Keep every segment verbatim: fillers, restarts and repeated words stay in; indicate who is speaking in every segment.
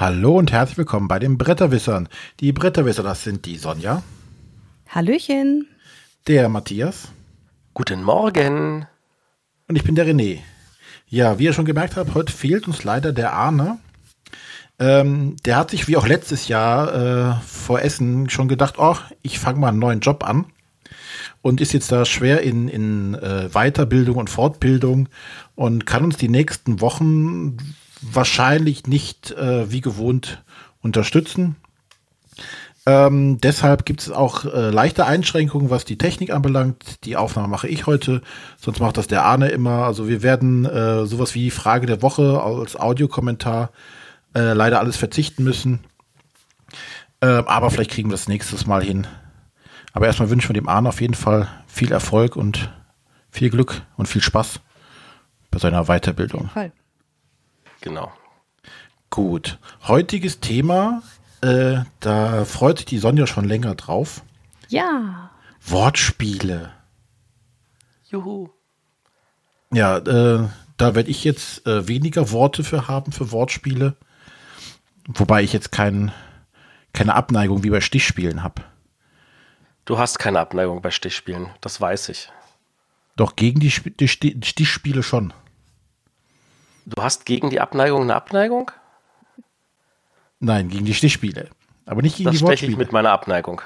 Speaker 1: Hallo und herzlich willkommen bei den Bretterwissern. Die Bretterwisser, das sind die Sonja.
Speaker 2: Hallöchen.
Speaker 1: Der Matthias.
Speaker 3: Guten Morgen.
Speaker 1: Und ich bin der René. Ja, wie ihr schon gemerkt habt, heute fehlt uns leider der Arne. Ähm, der hat sich wie auch letztes Jahr äh, vor Essen schon gedacht, oh, ich fange mal einen neuen Job an. Und ist jetzt da schwer in, in äh, Weiterbildung und Fortbildung und kann uns die nächsten Wochen wahrscheinlich nicht äh, wie gewohnt unterstützen. Ähm, deshalb gibt es auch äh, leichte Einschränkungen, was die Technik anbelangt. Die Aufnahme mache ich heute, sonst macht das der Arne immer. Also wir werden äh, sowas wie die Frage der Woche als Audiokommentar äh, leider alles verzichten müssen. Äh, aber vielleicht kriegen wir das nächstes Mal hin. Aber erstmal wünschen wir dem Arne auf jeden Fall viel Erfolg und viel Glück und viel Spaß bei seiner Weiterbildung.
Speaker 2: Fall.
Speaker 3: Genau.
Speaker 1: Gut. Heutiges Thema, äh, da freut sich die Sonja schon länger drauf.
Speaker 2: Ja.
Speaker 1: Wortspiele.
Speaker 3: Juhu.
Speaker 1: Ja, äh, da werde ich jetzt äh, weniger Worte für haben, für Wortspiele. Wobei ich jetzt kein, keine Abneigung wie bei Stichspielen habe.
Speaker 3: Du hast keine Abneigung bei Stichspielen, das weiß ich.
Speaker 1: Doch gegen die, Sp- die Sti- Stichspiele schon.
Speaker 3: Du hast gegen die Abneigung eine Abneigung?
Speaker 1: Nein, gegen die Stichspiele. Aber nicht gegen
Speaker 3: Das
Speaker 1: die
Speaker 3: steche
Speaker 1: Wortspiele.
Speaker 3: ich mit meiner Abneigung.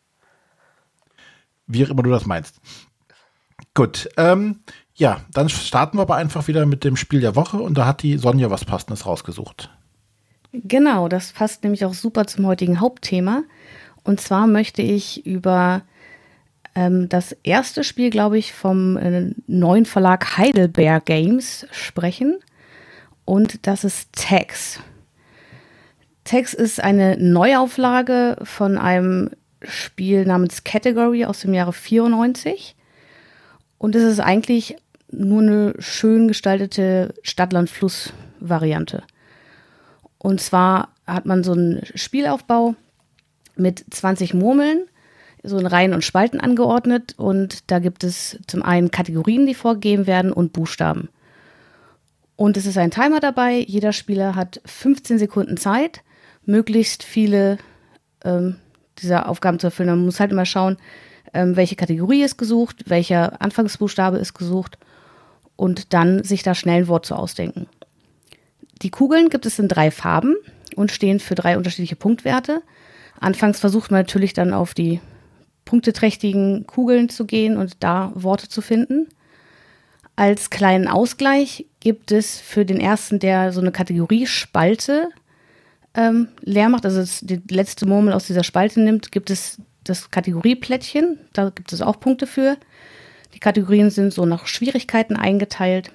Speaker 1: Wie auch immer du das meinst. Gut, ähm, ja, dann starten wir aber einfach wieder mit dem Spiel der Woche und da hat die Sonja was Passendes rausgesucht.
Speaker 2: Genau, das passt nämlich auch super zum heutigen Hauptthema. Und zwar möchte ich über ähm, das erste Spiel, glaube ich, vom äh, neuen Verlag Heidelberg Games sprechen. Und das ist Tags. Tags ist eine Neuauflage von einem Spiel namens Category aus dem Jahre vierundneunzig. Und es ist eigentlich nur eine schön gestaltete Stadt-Land-Fluss-Variante. Und zwar hat man so einen Spielaufbau mit zwanzig Murmeln, so in Reihen und Spalten angeordnet. Und da gibt es zum einen Kategorien, die vorgegeben werden und Buchstaben. Und es ist ein Timer dabei. Jeder Spieler hat fünfzehn Sekunden Zeit, möglichst viele ähm, dieser Aufgaben zu erfüllen. Man muss halt immer schauen, ähm, welche Kategorie ist gesucht, welcher Anfangsbuchstabe ist gesucht und dann sich da schnell ein Wort zu ausdenken. Die Kugeln gibt es in drei Farben und stehen für drei unterschiedliche Punktwerte. Anfangs versucht man natürlich dann auf die punkteträchtigen Kugeln zu gehen und da Worte zu finden. Als kleinen Ausgleich gibt es für den ersten, der so eine Kategoriespalte ähm, leer macht, also die letzte Murmel aus dieser Spalte nimmt, gibt es das Kategorieplättchen. Da gibt es auch Punkte für. Die Kategorien sind so nach Schwierigkeiten eingeteilt.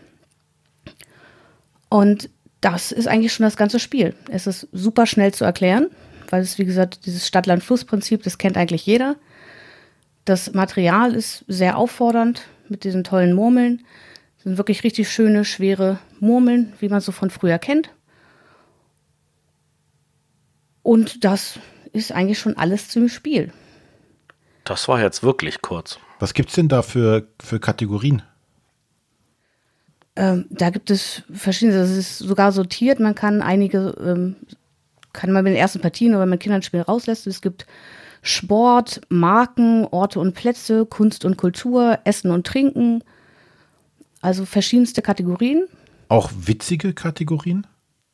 Speaker 2: Und das ist eigentlich schon das ganze Spiel. Es ist super schnell zu erklären, weil es, wie gesagt, dieses Stadt-Land-Fluss-Prinzip, das kennt eigentlich jeder. Das Material ist sehr auffordernd mit diesen tollen Murmeln. Das sind wirklich richtig schöne, schwere Murmeln, wie man so von früher kennt. Und das ist eigentlich schon alles zum Spiel.
Speaker 3: Das war jetzt wirklich kurz.
Speaker 1: Was gibt's denn da für, für Kategorien?
Speaker 2: Ähm, da gibt es verschiedene, das ist sogar sortiert. Man kann einige, ähm, kann man mit den ersten Partien oder wenn man Kinder ein Spiel rauslässt. Es gibt Sport, Marken, Orte und Plätze, Kunst und Kultur, Essen und Trinken. Also verschiedenste Kategorien.
Speaker 1: Auch witzige Kategorien?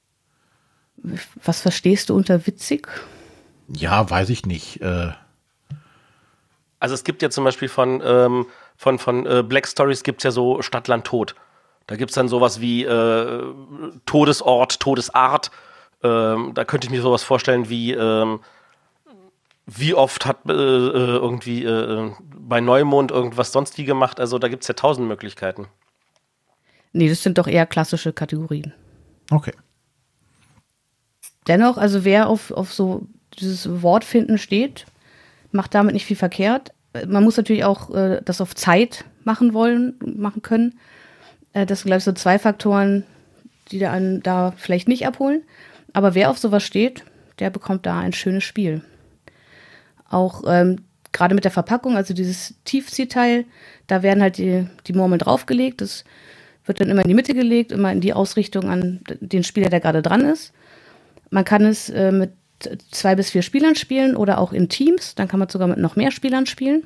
Speaker 2: Was verstehst du unter witzig?
Speaker 1: Ja, weiß ich nicht. Äh,
Speaker 3: Also es gibt ja zum Beispiel von, ähm, von, von äh, Black Stories gibt es ja so Stadt, Land, Tod. Da gibt es dann sowas wie äh, Todesort, Todesart. Ähm, da könnte ich mir sowas vorstellen wie ähm, wie oft hat äh, irgendwie äh, bei Neumond irgendwas sonst wie gemacht. Also da gibt es ja tausend Möglichkeiten.
Speaker 2: Nee, das sind doch eher klassische Kategorien.
Speaker 1: okay.
Speaker 2: Dennoch, also wer auf, auf so dieses Wortfinden steht, macht damit nicht viel verkehrt. Man muss natürlich auch äh, das auf Zeit machen wollen, machen können. Äh, das sind, glaube ich, so zwei Faktoren, die da, einen da vielleicht nicht abholen. Aber wer auf sowas steht, der bekommt da ein schönes Spiel. Auch ähm, gerade mit der Verpackung, also dieses Tiefziehteil, da werden halt die, die Murmeln draufgelegt. Das wird dann immer in die Mitte gelegt, immer in die Ausrichtung an den Spieler, der gerade dran ist. Man kann es äh, mit zwei bis vier Spielern spielen oder auch in Teams. Dann kann man sogar mit noch mehr Spielern spielen.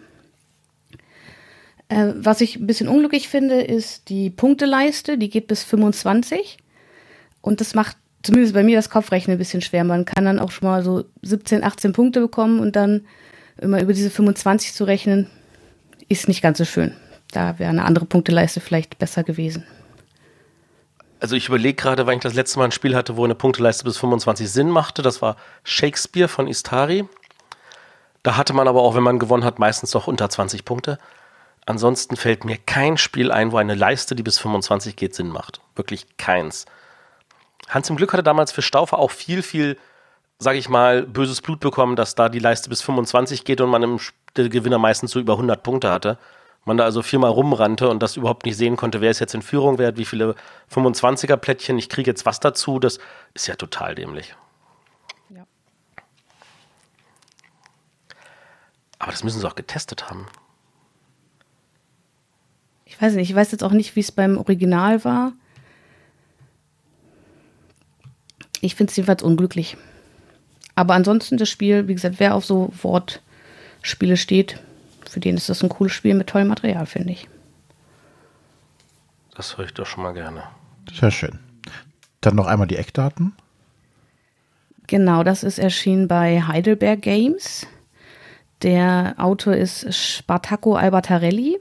Speaker 2: Äh, was ich ein bisschen unglücklich finde, ist die Punkteleiste. Die geht bis fünfundzwanzig. Und das macht zumindest bei mir das Kopfrechnen ein bisschen schwer. Man kann dann auch schon mal so siebzehn, achtzehn Punkte bekommen und dann immer über diese fünfundzwanzig zu rechnen, ist nicht ganz so schön. Da wäre eine andere Punkteleiste vielleicht besser gewesen.
Speaker 3: Also ich überlege gerade, weil ich das letzte Mal ein Spiel hatte, wo eine Punkteleiste bis fünfundzwanzig Sinn machte. Das war Shakespeare von Istari. Da hatte man aber auch, wenn man gewonnen hat, meistens doch unter zwanzig Punkte. Ansonsten fällt mir kein Spiel ein, wo eine Leiste, die bis fünfundzwanzig geht, Sinn macht. Wirklich keins. Hans im Glück hatte damals für Staufer auch viel, viel, sage ich mal, böses Blut bekommen, dass da die Leiste bis fünfundzwanzig geht und man im der Gewinner meistens so über hundert Punkte hatte. Man da also viermal rumrannte und das überhaupt nicht sehen konnte, wer ist jetzt in Führung, wer hat wie viele fünfundzwanziger-Plättchen, ich kriege jetzt was dazu, das ist ja total dämlich.
Speaker 2: Ja.
Speaker 3: Aber das müssen sie auch getestet haben.
Speaker 2: Ich weiß nicht, ich weiß jetzt auch nicht, wie es beim Original war. Ich finde es jedenfalls unglücklich. Aber ansonsten das Spiel, wie gesagt, wer auf so Wortspiele steht, für den ist das ein cooles Spiel mit tollem Material, finde ich.
Speaker 3: Das höre ich doch schon mal gerne.
Speaker 1: Sehr schön. Dann noch einmal die Eckdaten.
Speaker 2: Genau, das ist erschienen bei Heidelberg Games. Der Autor ist Spartaco Albertarelli.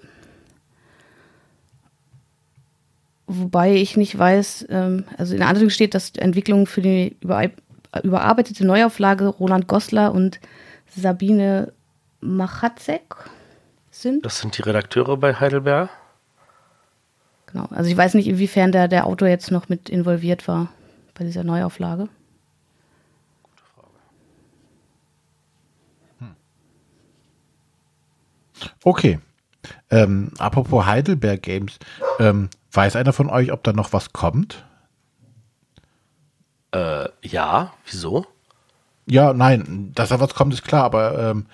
Speaker 2: Wobei ich nicht weiß, ähm, also in der Anleitung steht, dass die Entwicklung für die über, überarbeitete Neuauflage Roland Goslar und Sabine Machatzek sind.
Speaker 3: Das sind die Redakteure bei Heidelberg.
Speaker 2: Genau, also ich weiß nicht, inwiefern der, der Autor jetzt noch mit involviert war bei dieser Neuauflage.
Speaker 3: Gute Frage.
Speaker 1: Hm. Okay. Ähm, apropos Heidelberg Games, ähm, weiß einer von euch, ob da noch was kommt?
Speaker 3: Äh, ja, wieso?
Speaker 1: Ja, nein, dass da was kommt, ist klar, aber ähm,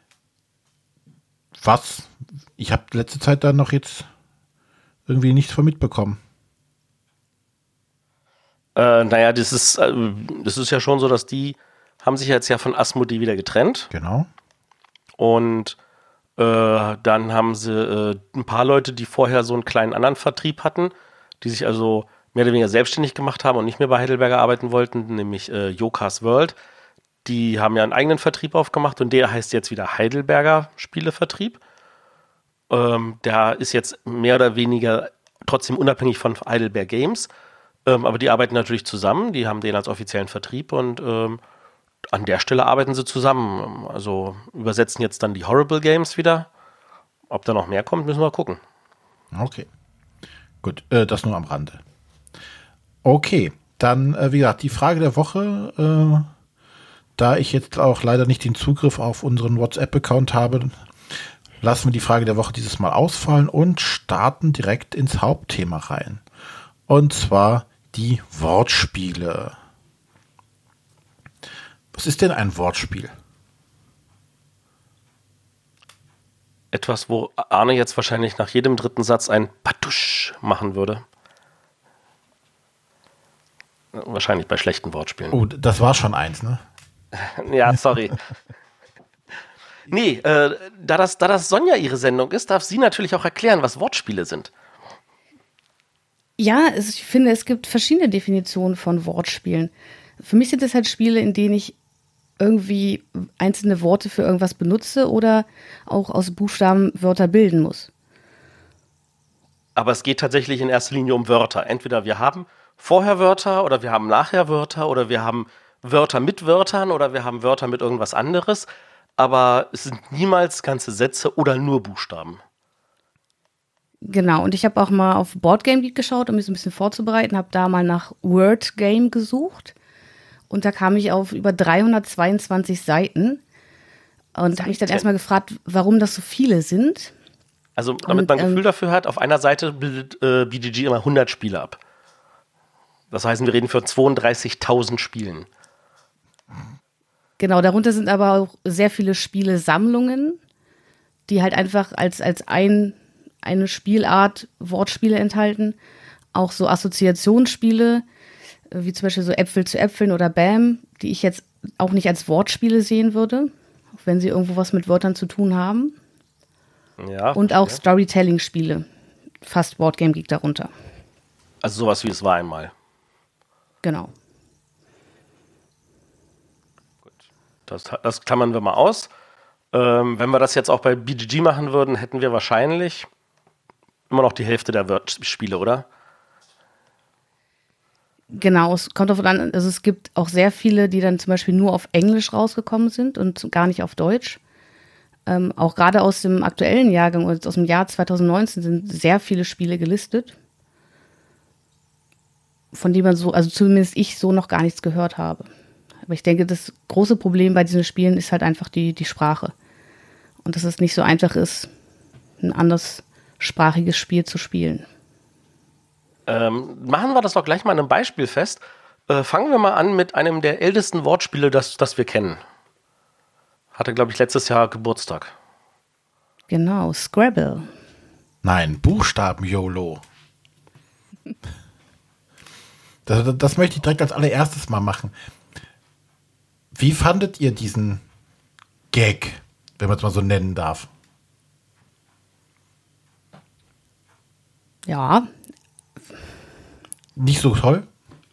Speaker 1: was? Ich habe letzte Zeit da noch jetzt irgendwie nichts von mitbekommen.
Speaker 3: Äh, naja, das ist, äh, das ist ja schon so, dass die haben sich jetzt ja von Asmodee wieder getrennt.
Speaker 1: Genau.
Speaker 3: Und äh, dann haben sie äh, ein paar Leute, die vorher so einen kleinen anderen Vertrieb hatten, die sich also mehr oder weniger selbstständig gemacht haben und nicht mehr bei Heidelberger arbeiten wollten, nämlich äh, Yokas World. Die haben ja einen eigenen Vertrieb aufgemacht und der heißt jetzt wieder Heidelberger Spielevertrieb. Ähm, der ist jetzt mehr oder weniger trotzdem unabhängig von Heidelberg Games. Ähm, aber die arbeiten natürlich zusammen, die haben den als offiziellen Vertrieb und ähm, an der Stelle arbeiten sie zusammen. Also übersetzen jetzt dann die Horrible Games wieder. Ob da noch mehr kommt, müssen wir gucken.
Speaker 1: Okay. Gut, äh, das nur am Rande. Okay, dann, äh, wie gesagt, die Frage der Woche, äh, da ich jetzt auch leider nicht den Zugriff auf unseren WhatsApp-Account habe, lassen wir die Frage der Woche dieses Mal ausfallen und starten direkt ins Hauptthema rein. Und zwar die Wortspiele. Was ist denn ein Wortspiel?
Speaker 3: Etwas, wo Arne jetzt wahrscheinlich nach jedem dritten Satz ein Patusch machen würde. Wahrscheinlich bei schlechten Wortspielen.
Speaker 1: Oh, das war schon eins, ne?
Speaker 3: Ja, sorry. Nee, äh, da, das, da das Sonja ihre Sendung ist, darf sie natürlich auch erklären, was Wortspiele sind.
Speaker 2: Ja, es, ich finde, es gibt verschiedene Definitionen von Wortspielen. Für mich sind es halt Spiele, in denen ich irgendwie einzelne Worte für irgendwas benutze oder auch aus Buchstaben Wörter bilden muss.
Speaker 3: Aber es geht tatsächlich in erster Linie um Wörter. Entweder wir haben vorher Wörter oder wir haben nachher Wörter oder wir haben Wörter mit Wörtern oder wir haben Wörter mit irgendwas anderes. Aber es sind niemals ganze Sätze oder nur Buchstaben.
Speaker 2: Genau, und ich habe auch mal auf Boardgame Geek geschaut, um mich so ein bisschen vorzubereiten, habe da mal nach Word Game gesucht und da kam ich auf über dreihundertzweiundzwanzig Seiten und habe mich dann erstmal gefragt, warum das so viele sind.
Speaker 3: Also damit man ein Gefühl ähm, dafür hat, auf einer Seite bildet äh, B G G immer hundert Spiele ab. Das heißt, wir reden von zweiunddreißigtausend Spielen.
Speaker 2: Genau, darunter sind aber auch sehr viele Spielesammlungen, die halt einfach als, als ein, eine Spielart Wortspiele enthalten. Auch so Assoziationsspiele, wie zum Beispiel so Äpfel zu Äpfeln oder Bam, die ich jetzt auch nicht als Wortspiele sehen würde, auch wenn sie irgendwo was mit Wörtern zu tun haben.
Speaker 3: Ja,
Speaker 2: und auch
Speaker 3: ja.
Speaker 2: Storytelling-Spiele. Fast Boardgame Geek darunter.
Speaker 3: Also sowas wie es war einmal.
Speaker 2: Genau.
Speaker 3: Gut. Das, das klammern wir mal aus. Ähm, wenn wir das jetzt auch bei B G G machen würden, hätten wir wahrscheinlich immer noch die Hälfte der Word- Spiele, oder?
Speaker 2: Genau, es kommt davon an, also es gibt auch sehr viele, die dann zum Beispiel nur auf Englisch rausgekommen sind und gar nicht auf Deutsch. Ähm, auch gerade aus dem aktuellen Jahrgang, aus dem Jahr zwanzig neunzehn, sind sehr viele Spiele gelistet, von denen man so, also zumindest ich so noch gar nichts gehört habe. Aber ich denke, das große Problem bei diesen Spielen ist halt einfach die, die Sprache. Und dass es nicht so einfach ist, ein anderssprachiges Spiel zu spielen.
Speaker 3: Ähm, machen wir das doch gleich mal an einem Beispiel fest. Äh, fangen wir mal an mit einem der ältesten Wortspiele, das, das wir kennen. Hatte, glaube ich, letztes Jahr Geburtstag.
Speaker 2: Genau, Scrabble.
Speaker 1: Nein, Buchstaben-YOLO. Das, das möchte ich direkt als allererstes mal machen. Wie fandet ihr diesen Gag, wenn man es mal so nennen darf?
Speaker 2: Ja.
Speaker 1: Nicht so toll?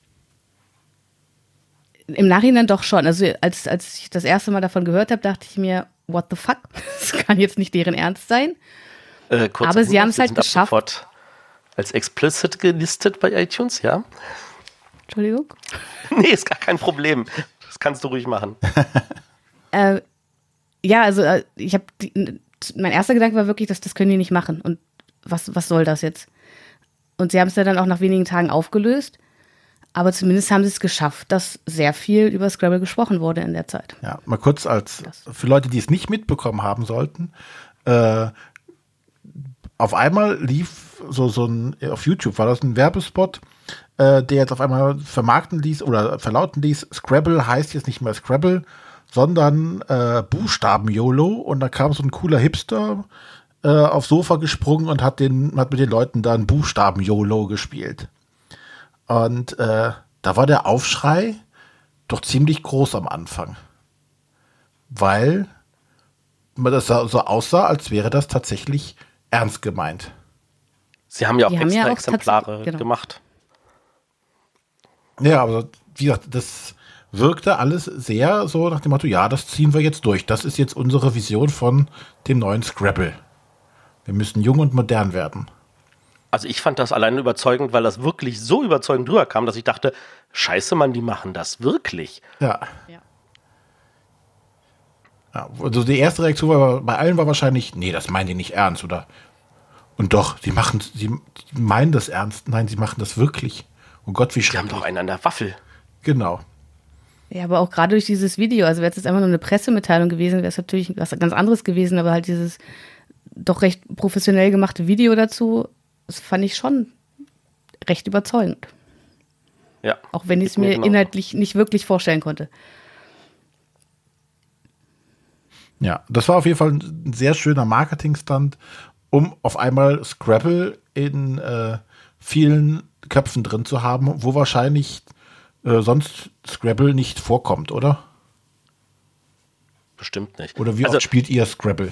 Speaker 2: Im Nachhinein doch schon. Also als, als ich das erste Mal davon gehört habe, dachte ich mir, what the fuck? Das kann jetzt nicht deren Ernst sein.
Speaker 3: Äh, kurzer
Speaker 2: Aber sie
Speaker 3: Hinweis,
Speaker 2: haben es
Speaker 3: wir
Speaker 2: halt
Speaker 3: sind ab
Speaker 2: geschafft.
Speaker 3: sofort als explicit gelistet bei iTunes, ja?
Speaker 2: Entschuldigung.
Speaker 3: Nee, ist gar kein Problem. Das kannst du ruhig machen.
Speaker 2: Äh, ja, also äh, ich habe, mein erster Gedanke war wirklich, dass das können die nicht machen. Und was, was soll das jetzt? Und sie haben es ja dann auch nach wenigen Tagen aufgelöst. Aber zumindest haben sie es geschafft, dass sehr viel über Scrabble gesprochen wurde in der Zeit.
Speaker 1: Ja, mal kurz als für Leute, die es nicht mitbekommen haben sollten. Äh, auf einmal lief so, so ein, auf YouTube war das ein Werbespot, äh, der jetzt auf einmal vermarkten ließ oder verlauten ließ, Scrabble heißt jetzt nicht mehr Scrabble, sondern äh, Buchstaben-YOLO. Und da kam so ein cooler Hipster äh, aufs Sofa gesprungen und hat, den, hat mit den Leuten dann Buchstaben-YOLO gespielt. Und äh, da war der Aufschrei doch ziemlich groß am Anfang. Weil man das so aussah, als wäre das tatsächlich ernst gemeint.
Speaker 3: Sie haben ja auch
Speaker 2: Die haben
Speaker 3: extra
Speaker 2: ja auch
Speaker 3: Exemplare
Speaker 2: tats- genau.
Speaker 3: gemacht.
Speaker 1: Ja, aber wie gesagt, das wirkte alles sehr so nach dem Motto, ja, das ziehen wir jetzt durch. Das ist jetzt unsere Vision von dem neuen Scrabble. Wir müssen jung und modern werden.
Speaker 3: Also ich fand das alleine überzeugend, weil das wirklich so überzeugend rüberkam, dass ich dachte, scheiße Mann, die machen das wirklich.
Speaker 1: Ja.
Speaker 2: Ja.
Speaker 1: Ja, also die erste Reaktion war, bei allen war wahrscheinlich, nee, das meinen die nicht ernst, oder? Und doch, sie machen, sie meinen das ernst. Nein, sie machen das wirklich. Oh Gott, wie
Speaker 3: Die haben
Speaker 1: schrecklich.
Speaker 3: doch einen an der Waffel.
Speaker 1: Genau.
Speaker 2: Ja, aber auch gerade durch dieses Video, also wäre es jetzt einfach nur eine Pressemitteilung gewesen, wäre es natürlich was ganz anderes gewesen, aber halt dieses doch recht professionell gemachte Video dazu, das fand ich schon recht überzeugend.
Speaker 3: Ja.
Speaker 2: Auch wenn ich es
Speaker 3: Geht mir
Speaker 2: mir
Speaker 3: genauso.
Speaker 2: inhaltlich nicht wirklich vorstellen konnte.
Speaker 1: Ja, das war auf jeden Fall ein sehr schöner Marketingstunt, um auf einmal Scrabble in äh, vielen Köpfen drin zu haben, wo wahrscheinlich äh, sonst Scrabble nicht vorkommt, oder?
Speaker 3: Bestimmt nicht.
Speaker 1: Oder wie
Speaker 3: also,
Speaker 1: oft spielt ihr Scrabble?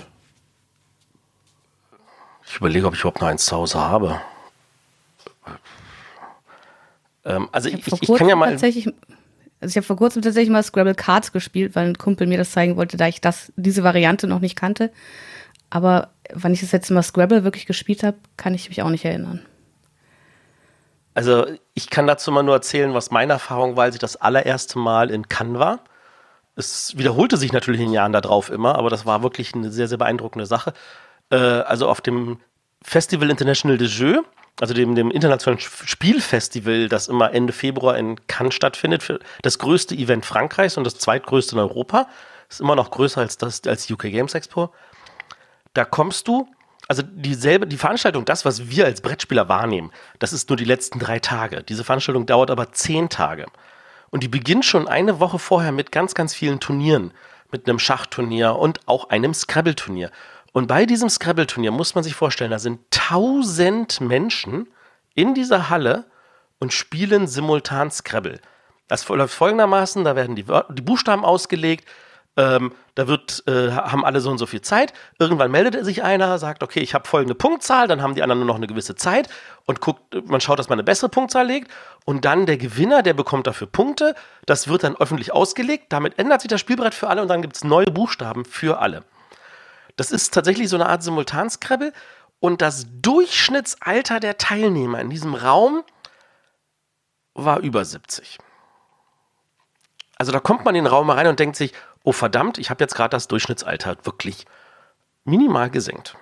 Speaker 3: Ich überlege, ob ich überhaupt noch eins zu Hause habe. Ähm, also ich,
Speaker 2: Ich, hab
Speaker 3: ich,
Speaker 2: vor
Speaker 3: ich kann ja
Speaker 2: kurzem
Speaker 3: mal...
Speaker 2: tatsächlich, also ich habe vor kurzem tatsächlich mal Scrabble Cards gespielt, weil ein Kumpel mir das zeigen wollte, da ich das, diese Variante noch nicht kannte. Aber wann ich das letzte Mal Scrabble wirklich gespielt habe, kann ich mich auch nicht erinnern.
Speaker 3: Also ich kann dazu mal nur erzählen, was meine Erfahrung war, als ich das allererste Mal in Cannes war. Es wiederholte sich natürlich in den Jahren darauf immer, aber das war wirklich eine sehr, sehr beeindruckende Sache. Äh, also auf dem Festival International des Jeux, also dem, dem internationalen Spielfestival, das immer Ende Februar in Cannes stattfindet, für das größte Event Frankreichs und das zweitgrößte in Europa, ist immer noch größer als das als U K Games Expo. Da kommst du, also dieselbe, die Veranstaltung, das, was wir als Brettspieler wahrnehmen, das ist nur die letzten drei Tage. Diese Veranstaltung dauert aber zehn Tage. Und die beginnt schon eine Woche vorher mit ganz, ganz vielen Turnieren. Mit einem Schachturnier und auch einem Scrabble-Turnier. Und bei diesem Scrabble-Turnier muss man sich vorstellen, da sind tausend Menschen in dieser Halle und spielen simultan Scrabble. Das läuft folgendermaßen, da werden die, Wör- die Buchstaben ausgelegt, ähm, da wird, äh, haben alle so und so viel Zeit, irgendwann meldet sich einer, sagt, okay, ich habe folgende Punktzahl, dann haben die anderen nur noch eine gewisse Zeit und guckt, man schaut, dass man eine bessere Punktzahl legt und dann der Gewinner, der bekommt dafür Punkte, das wird dann öffentlich ausgelegt, damit ändert sich das Spielbrett für alle und dann gibt es neue Buchstaben für alle. Das ist tatsächlich so eine Art Simultan-Scrabble und das Durchschnittsalter der Teilnehmer in diesem Raum war über siebzig. Also da kommt man in den Raum rein und denkt sich, oh verdammt, ich habe jetzt gerade das Durchschnittsalter wirklich minimal gesenkt.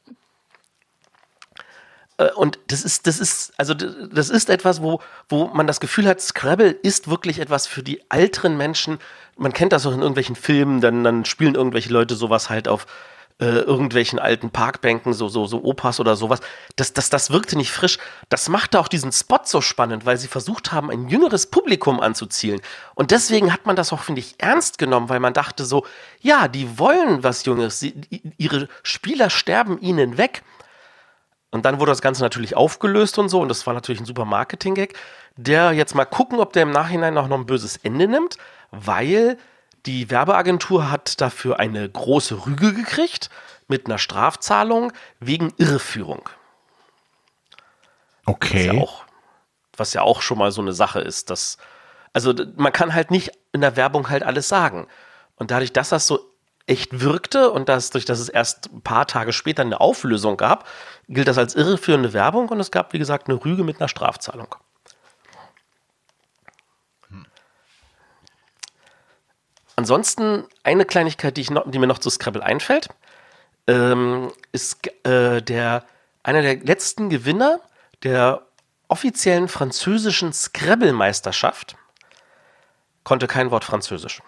Speaker 3: Äh, Und das ist, das ist, also d- das ist etwas, wo, wo man das Gefühl hat, Scrabble ist wirklich etwas für die älteren Menschen. Man kennt das auch in irgendwelchen Filmen, dann, dann spielen irgendwelche Leute sowas halt auf äh, irgendwelchen alten Parkbänken, so, so, so Opas oder sowas. Das, das, das wirkte nicht frisch. Das machte auch diesen Spot so spannend, weil sie versucht haben, ein jüngeres Publikum anzuzielen. Und deswegen hat man das auch, finde ich, ernst genommen, weil man dachte so, ja, die wollen was Junges. Sie, ihre Spieler sterben ihnen weg. Und dann wurde das Ganze natürlich aufgelöst und so. Und das war natürlich ein super Marketing-Gag. Der jetzt mal gucken, ob der im Nachhinein auch noch ein böses Ende nimmt, weil die Werbeagentur hat dafür eine große Rüge gekriegt mit einer Strafzahlung wegen Irreführung. Was ja
Speaker 1: Okay.
Speaker 3: auch, was ja auch schon mal so eine Sache ist. Dass, also d- man kann halt nicht in der Werbung halt alles sagen. Und dadurch, dass das so echt wirkte und dass, durch dass es erst ein paar Tage später eine Auflösung gab, gilt das als irreführende Werbung und es gab, wie gesagt, eine Rüge mit einer Strafzahlung. Ansonsten eine Kleinigkeit, die, ich noch, die mir noch zu Scrabble einfällt, ähm, ist äh, der, einer der letzten Gewinner der offiziellen französischen Scrabble-Meisterschaft konnte kein Wort Französisch.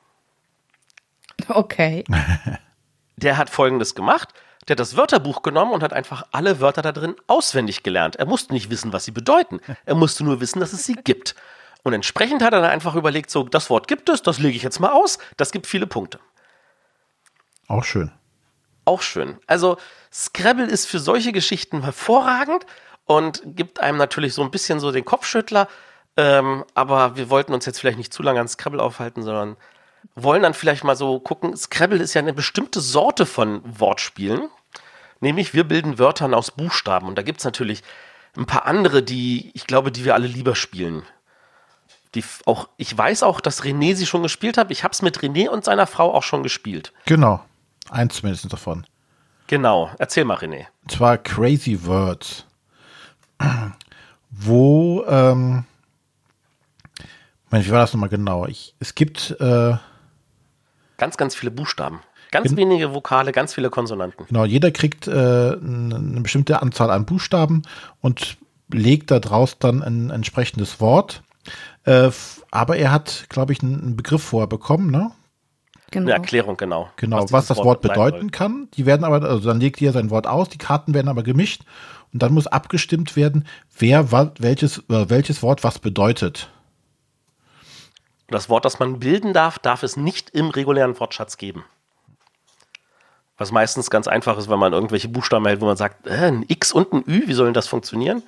Speaker 2: Okay.
Speaker 3: Der hat Folgendes gemacht. Der hat das Wörterbuch genommen und hat einfach alle Wörter da drin auswendig gelernt. Er musste nicht wissen, was sie bedeuten. Er musste nur wissen, dass es sie gibt. Und entsprechend hat er dann einfach überlegt, so, das Wort gibt es, das lege ich jetzt mal aus. Das gibt viele Punkte.
Speaker 1: Auch schön.
Speaker 3: Auch schön. Also Scrabble ist für solche Geschichten hervorragend und gibt einem natürlich so ein bisschen so den Kopfschüttler. Ähm, aber wir wollten uns jetzt vielleicht nicht zu lange an Scrabble aufhalten, sondern wollen dann vielleicht mal so gucken. Scrabble ist ja eine bestimmte Sorte von Wortspielen. Nämlich wir bilden Wörtern aus Buchstaben. Und da gibt es natürlich ein paar andere, die, ich glaube, die wir alle lieber spielen. Die f- auch, ich weiß auch, dass René sie schon gespielt hat. Ich habe es mit René und seiner Frau auch schon gespielt.
Speaker 1: Genau. Eins zumindest davon.
Speaker 3: Genau. Erzähl mal, René.
Speaker 1: Und zwar Crazy Words. Wo, ähm, Mensch, wie war das nochmal genau? Ich, es gibt, äh,
Speaker 3: Ganz, ganz viele Buchstaben. Ganz
Speaker 1: Gen-
Speaker 3: wenige Vokale, ganz viele Konsonanten.
Speaker 1: genau, jeder kriegt äh, eine eine bestimmte Anzahl an Buchstaben und legt daraus dann ein entsprechendes Wort. Äh, f- aber er hat, glaube ich, einen, einen Begriff vorher bekommen, ne?
Speaker 3: Eine
Speaker 2: Genau.
Speaker 3: Erklärung, genau.
Speaker 1: Genau, was,
Speaker 3: dieses
Speaker 1: das Wort
Speaker 3: sein
Speaker 1: bedeuten
Speaker 3: soll.
Speaker 1: kann. Die werden aber, also dann legt ihr sein Wort aus, die Karten werden aber gemischt und dann muss abgestimmt werden, wer wa- welches, äh, welches Wort was bedeutet.
Speaker 3: Und das Wort, das man bilden darf, darf es nicht im regulären Wortschatz geben. Was meistens ganz einfach ist, wenn man irgendwelche Buchstaben hält, wo man sagt, äh, ein X und ein Ü, wie soll denn das funktionieren?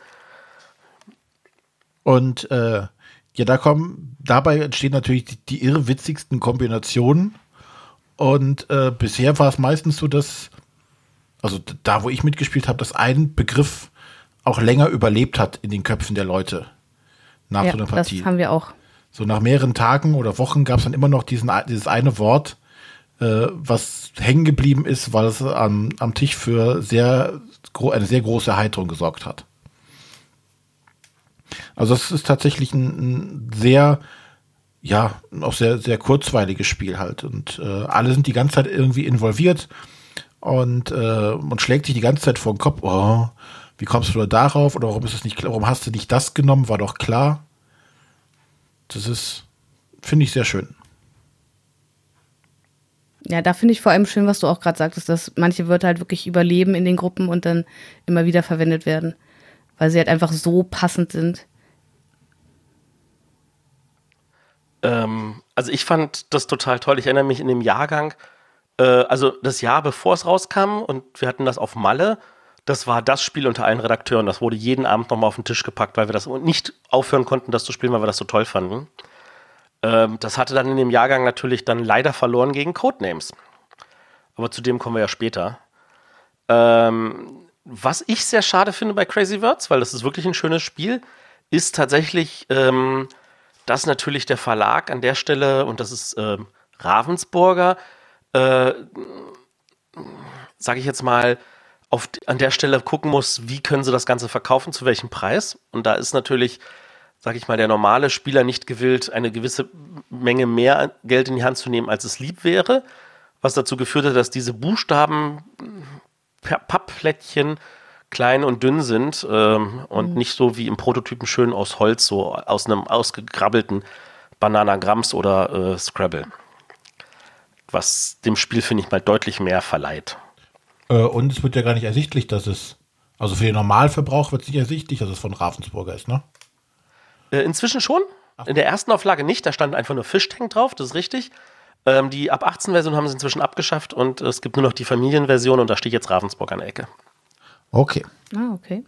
Speaker 1: Und äh, ja, da kommen, dabei entstehen natürlich die, die irrwitzigsten Kombinationen. Und äh, bisher war es meistens so, dass, also d- da, wo ich mitgespielt habe, dass ein Begriff auch länger überlebt hat in den Köpfen der Leute nach
Speaker 2: Ja,
Speaker 1: so einer
Speaker 2: das
Speaker 1: Partie.
Speaker 2: haben wir auch.
Speaker 1: So nach mehreren Tagen oder Wochen gab es dann immer noch diesen, dieses eine Wort, äh, was hängen geblieben ist, weil es am, am Tisch für sehr, gro- eine sehr große Erheiterung gesorgt hat. Also es ist tatsächlich ein, ein sehr, ja, auch sehr, sehr kurzweiliges Spiel halt. Und äh, alle sind die ganze Zeit irgendwie involviert und äh, man schlägt sich die ganze Zeit vor den Kopf, oh, wie kommst du da darauf oder warum ist es nicht klar, warum hast du nicht das genommen, war doch klar. Das ist, finde ich, sehr schön.
Speaker 2: Ja, da finde ich vor allem schön, was du auch gerade sagtest, dass manche Wörter halt wirklich überleben in den Gruppen und dann immer wieder verwendet werden, weil sie halt einfach so passend sind.
Speaker 3: Ähm, also ich fand das total toll. Ich erinnere mich in dem Jahrgang, äh, also das Jahr bevor es rauskam und wir hatten das auf Malle, das war das Spiel unter allen Redakteuren. Das wurde jeden Abend nochmal auf den Tisch gepackt, weil wir das nicht aufhören konnten, das zu spielen, weil wir das so toll fanden. Ähm, das hatte dann in dem Jahrgang natürlich dann leider verloren gegen Codenames. Aber zu dem kommen wir ja später. Ähm, was ich sehr schade finde bei Crazy Words, weil das ist wirklich ein schönes Spiel, ist tatsächlich, ähm, dass natürlich der Verlag an der Stelle, und das ist ähm, Ravensburger, äh, sage ich jetzt mal, auf, an der Stelle gucken muss, wie können sie das Ganze verkaufen, zu welchem Preis. Und da ist natürlich, sage ich mal, der normale Spieler nicht gewillt, eine gewisse Menge mehr Geld in die Hand zu nehmen, als es lieb wäre, was dazu geführt hat, dass diese Buchstaben per Pappplättchen klein und dünn sind ähm, und mhm. nicht so wie im Prototypen schön aus Holz, so aus einem ausgegrabbelten Bananagrams oder äh, Scrabble. Was dem Spiel, finde ich, mal deutlich mehr verleiht.
Speaker 1: Äh, und es wird ja gar nicht ersichtlich, dass es, also für den Normalverbrauch wird es nicht ersichtlich, dass es von Ravensburger ist, ne?
Speaker 3: Äh, inzwischen schon. Ach. In der ersten Auflage nicht, da stand einfach nur Fishtank drauf, das ist richtig. Ähm, die ab achtzehn Version haben sie inzwischen abgeschafft und es gibt nur noch die Familienversion und da steht jetzt Ravensburg an der Ecke.
Speaker 1: Okay.
Speaker 2: Ah, okay.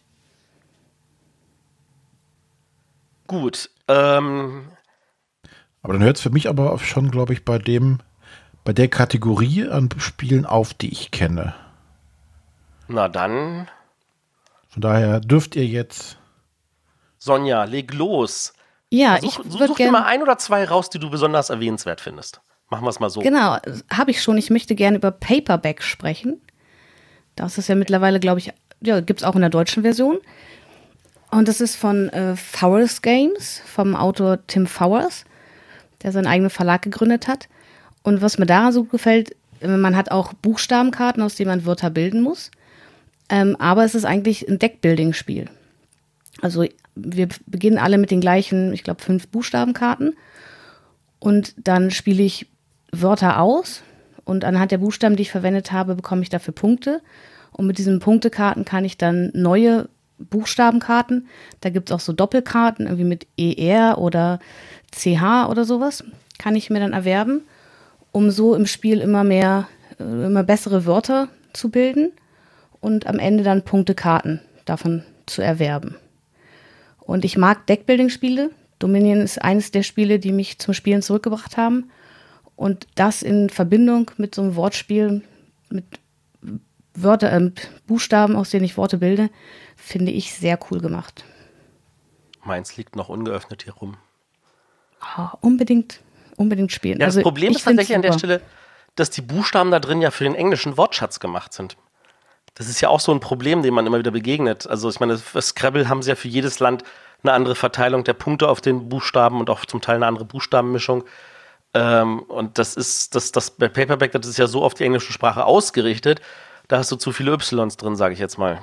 Speaker 3: Gut. Ähm,
Speaker 1: aber dann hört es für mich aber auch schon, glaube ich, bei dem, bei der Kategorie an Spielen auf, die ich kenne.
Speaker 3: Na dann.
Speaker 1: Von daher dürft ihr jetzt.
Speaker 3: Sonja, leg los.
Speaker 2: Ja,
Speaker 3: such,
Speaker 2: ich
Speaker 3: such
Speaker 2: würde
Speaker 3: dir mal ein oder zwei raus, die du besonders erwähnenswert findest. Machen wir es mal so.
Speaker 2: Genau, habe ich schon. Ich möchte gerne über Paperback sprechen. Das ist ja mittlerweile, glaube ich, ja, gibt es auch in der deutschen Version. Und das ist von äh, Fowers Games, vom Autor Tim Fowers, der seinen eigenen Verlag gegründet hat. Und was mir daran so gefällt, man hat auch Buchstabenkarten, aus denen man Wörter bilden muss. Ähm, aber es ist eigentlich ein Deckbuilding-Spiel. Also wir beginnen alle mit den gleichen, ich glaube, fünf Buchstabenkarten. Und dann spiele ich Wörter aus. Und anhand der Buchstaben, die ich verwendet habe, bekomme ich dafür Punkte. Und mit diesen Punktekarten kann ich dann neue Buchstabenkarten, da gibt es auch so Doppelkarten, irgendwie mit E R oder C H oder sowas, kann ich mir dann erwerben, um so im Spiel immer mehr, immer bessere Wörter zu bilden und am Ende dann Punktekarten davon zu erwerben. Und ich mag Deckbuilding-Spiele. Dominion ist eines der Spiele, die mich zum Spielen zurückgebracht haben. Und das in Verbindung mit so einem Wortspiel, mit Wörter, äh, Buchstaben, aus denen ich Worte bilde, finde ich sehr cool gemacht.
Speaker 3: Meins liegt noch ungeöffnet hier rum.
Speaker 2: Oh, unbedingt, unbedingt spielen.
Speaker 3: Ja, das
Speaker 2: also,
Speaker 3: Problem ist tatsächlich an der Stelle, dass die Buchstaben da drin ja für den englischen Wortschatz gemacht sind. Das ist ja auch so ein Problem, dem man immer wieder begegnet. Also ich meine, für Scrabble haben sie ja für jedes Land eine andere Verteilung der Punkte auf den Buchstaben und auch zum Teil eine andere Buchstabenmischung. Ähm, und das ist, das, das bei Paperback, das ist ja so auf die englische Sprache ausgerichtet, da hast du zu viele Ys drin, sage ich jetzt mal.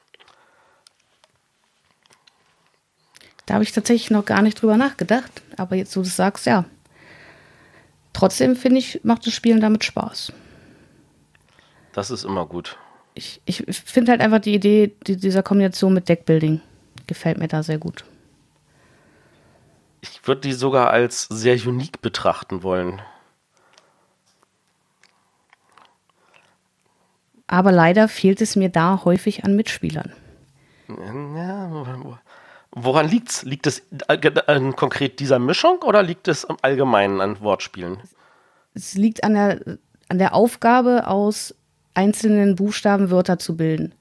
Speaker 2: Da habe ich tatsächlich noch gar nicht drüber nachgedacht, aber jetzt, wo du das sagst, ja. Trotzdem, finde ich, macht das Spielen damit Spaß.
Speaker 3: Das ist immer gut.
Speaker 2: Ich, ich finde halt einfach die Idee die, dieser Kombination mit Deckbuilding gefällt mir da sehr gut.
Speaker 3: Ich würde die sogar als sehr unique betrachten wollen.
Speaker 2: Aber leider fehlt es mir da häufig an Mitspielern.
Speaker 3: Ja, woran liegt's? Liegt es an konkret dieser Mischung oder liegt es im Allgemeinen an Wortspielen?
Speaker 2: Es liegt an der, an der Aufgabe, aus einzelnen Buchstaben Wörter zu bilden.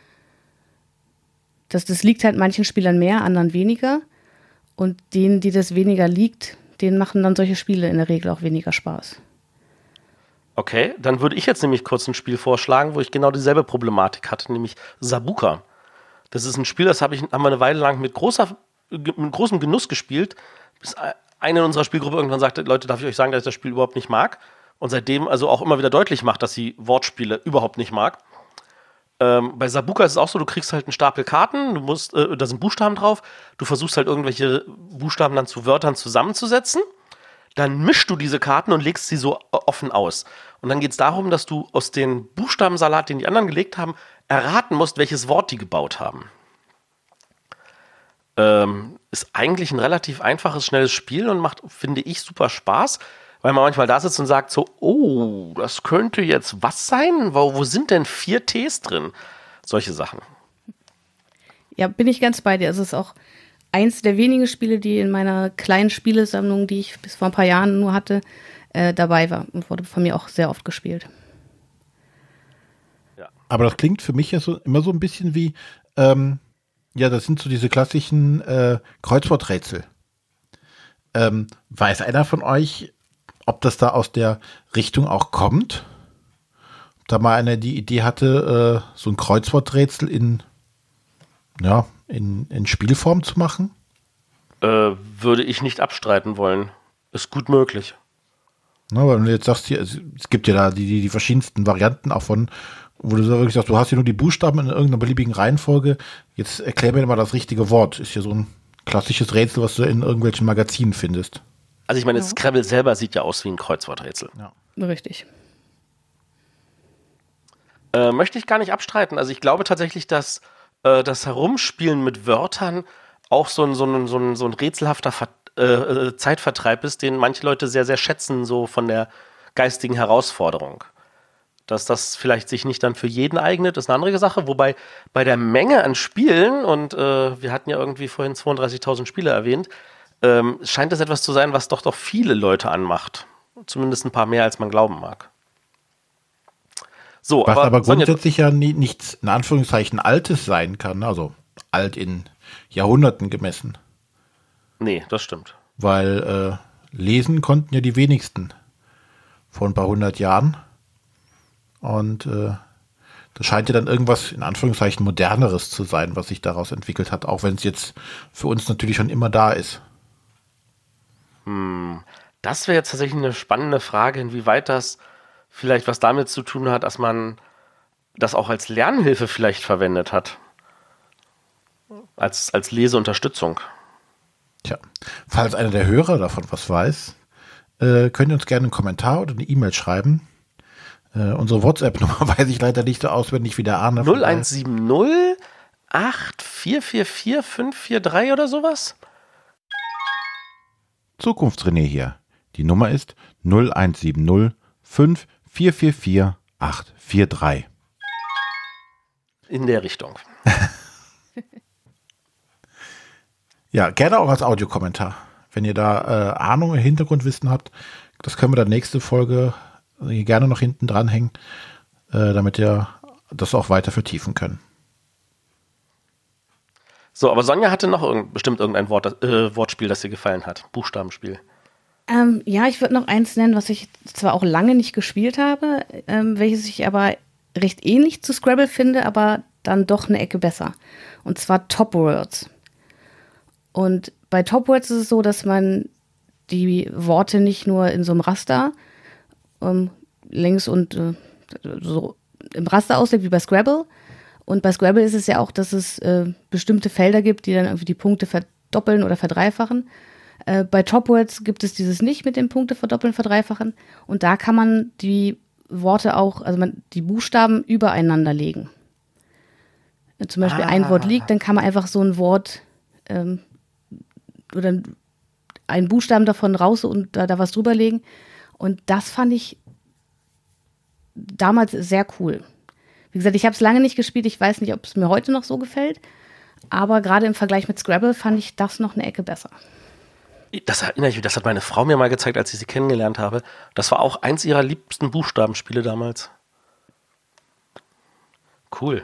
Speaker 2: Das, das liegt halt manchen Spielern mehr, anderen weniger. Und denen, die das weniger liegt, denen machen dann solche Spiele in der Regel auch weniger Spaß.
Speaker 3: Okay, dann würde ich jetzt nämlich kurz ein Spiel vorschlagen, wo ich genau dieselbe Problematik hatte, nämlich Sabuka. Das ist ein Spiel, das habe ich haben wir eine Weile lang mit, großer, mit großem Genuss gespielt, bis eine in unserer Spielgruppe irgendwann sagte, Leute, darf ich euch sagen, dass ich das Spiel überhaupt nicht mag? Und seitdem also auch immer wieder deutlich macht, dass sie Wortspiele überhaupt nicht mag. Ähm, bei Sabuka ist es auch so, du kriegst halt einen Stapel Karten, du musst, äh, da sind Buchstaben drauf, du versuchst halt irgendwelche Buchstaben dann zu Wörtern zusammenzusetzen, dann mischst du diese Karten und legst sie so offen aus. Und dann geht es darum, dass du aus dem Buchstabensalat, den die anderen gelegt haben, erraten musst, welches Wort die gebaut haben. Ähm, ist eigentlich ein relativ einfaches, schnelles Spiel und macht, finde ich, super Spaß, weil man manchmal da sitzt und sagt so, oh, das könnte jetzt was sein? Wo, wo sind denn vier Ts drin? Solche Sachen.
Speaker 2: Ja, bin ich ganz bei dir. Es ist auch eins der wenigen Spiele, die in meiner kleinen Spielesammlung, die ich bis vor ein paar Jahren nur hatte, äh, dabei war und wurde von mir auch sehr oft gespielt.
Speaker 1: Ja. Aber das klingt für mich ja so immer so ein bisschen wie, ähm, ja, das sind so diese klassischen äh, Kreuzworträtsel. Ähm, weiß einer von euch, ob das da aus der Richtung auch kommt? Ob da mal einer die Idee hatte, äh, so ein Kreuzworträtsel in ja, in, in Spielform zu machen?
Speaker 3: Äh, würde ich nicht abstreiten wollen. Ist gut möglich.
Speaker 1: Na, weil du jetzt sagst, hier, es, es gibt ja da die, die, die verschiedensten Varianten auch von, wo du wirklich sagst, du hast hier nur die Buchstaben in irgendeiner beliebigen Reihenfolge. Jetzt erklär mir mal das richtige Wort. Ist ja so ein klassisches Rätsel, was du in irgendwelchen Magazinen findest.
Speaker 3: Also ich meine,
Speaker 2: Ja.
Speaker 3: Scrabble selber sieht ja aus wie ein Kreuzworträtsel.
Speaker 1: Ja.
Speaker 2: Richtig.
Speaker 3: Äh, möchte ich gar nicht abstreiten. Also ich glaube tatsächlich, dass äh, das Herumspielen mit Wörtern auch so ein, so ein, so ein, so ein rätselhafter Ver äh, Zeitvertreib ist, den manche Leute sehr, sehr schätzen, so von der geistigen Herausforderung. Dass das vielleicht sich nicht dann für jeden eignet, ist eine andere Sache. Wobei bei der Menge an Spielen, und äh, wir hatten ja irgendwie vorhin zweiunddreißigtausend Spiele erwähnt, ähm, scheint es etwas zu sein, was doch doch viele Leute anmacht. Zumindest ein paar mehr, als man glauben mag. So,
Speaker 1: Was
Speaker 3: aber,
Speaker 1: aber
Speaker 3: Sonja,
Speaker 1: grundsätzlich ja nie, nichts, in Anführungszeichen, Altes sein kann. Also alt in Jahrhunderten gemessen.
Speaker 3: nee, das stimmt.
Speaker 1: Weil äh, lesen konnten ja die wenigsten vor ein paar hundert Jahren. Und äh, das scheint ja dann irgendwas, in Anführungszeichen, Moderneres zu sein, was sich daraus entwickelt hat, auch wenn es jetzt für uns natürlich schon immer da ist.
Speaker 3: Das wäre jetzt tatsächlich eine spannende Frage, inwieweit das vielleicht was damit zu tun hat, dass man das auch als Lernhilfe vielleicht verwendet hat. Als, als Leseunterstützung.
Speaker 1: Tja, falls einer der Hörer davon was weiß, äh, könnt ihr uns gerne einen Kommentar oder eine E-Mail schreiben. Äh, unsere WhatsApp-Nummer weiß ich leider nicht so auswendig wie der Arne.
Speaker 3: null eins sieben null acht vier vier vier fünf vier drei oder sowas?
Speaker 1: Zukunftsrené hier. Die Nummer ist null eins sieben null fünf vier vier vier acht vier drei.
Speaker 3: In der Richtung.
Speaker 1: Ja, gerne auch als Audiokommentar. Wenn ihr da äh, Ahnung, Hintergrundwissen habt, das können wir dann nächste Folge äh, gerne noch hinten dranhängen, äh, damit ihr das auch weiter vertiefen können.
Speaker 3: So, aber Sonja hatte noch irgend, bestimmt irgendein Wort, äh, Wortspiel, das ihr gefallen hat. Buchstabenspiel.
Speaker 2: Ähm, ja, ich würde noch eins nennen, was ich zwar auch lange nicht gespielt habe, ähm, welches ich aber recht ähnlich zu Scrabble finde, aber dann doch eine Ecke besser. Und zwar Top Words. Und bei Top Words ist es so, dass man die Worte nicht nur in so einem Raster ähm, längs und äh, so im Raster auslegt wie bei Scrabble. Und bei Scrabble ist es ja auch, dass es äh, bestimmte Felder gibt, die dann irgendwie die Punkte verdoppeln oder verdreifachen. Äh, bei Top Words gibt es dieses nicht mit dem Punkte verdoppeln, verdreifachen. Und da kann man die Worte auch, also man, die Buchstaben übereinander legen. Wenn zum Beispiel ah. ein Wort liegt, dann kann man einfach so ein Wort ähm, oder einen Buchstaben davon raus und da, da was drüber legen. Und das fand ich damals sehr cool. Wie gesagt, ich habe es lange nicht gespielt. Ich weiß nicht, ob es mir heute noch so gefällt. Aber gerade im Vergleich mit Scrabble fand ich das noch eine Ecke besser.
Speaker 3: Das erinnere ich mich, das hat meine Frau mir mal gezeigt, als ich sie kennengelernt habe. Das war auch eins ihrer liebsten Buchstabenspiele damals. Cool.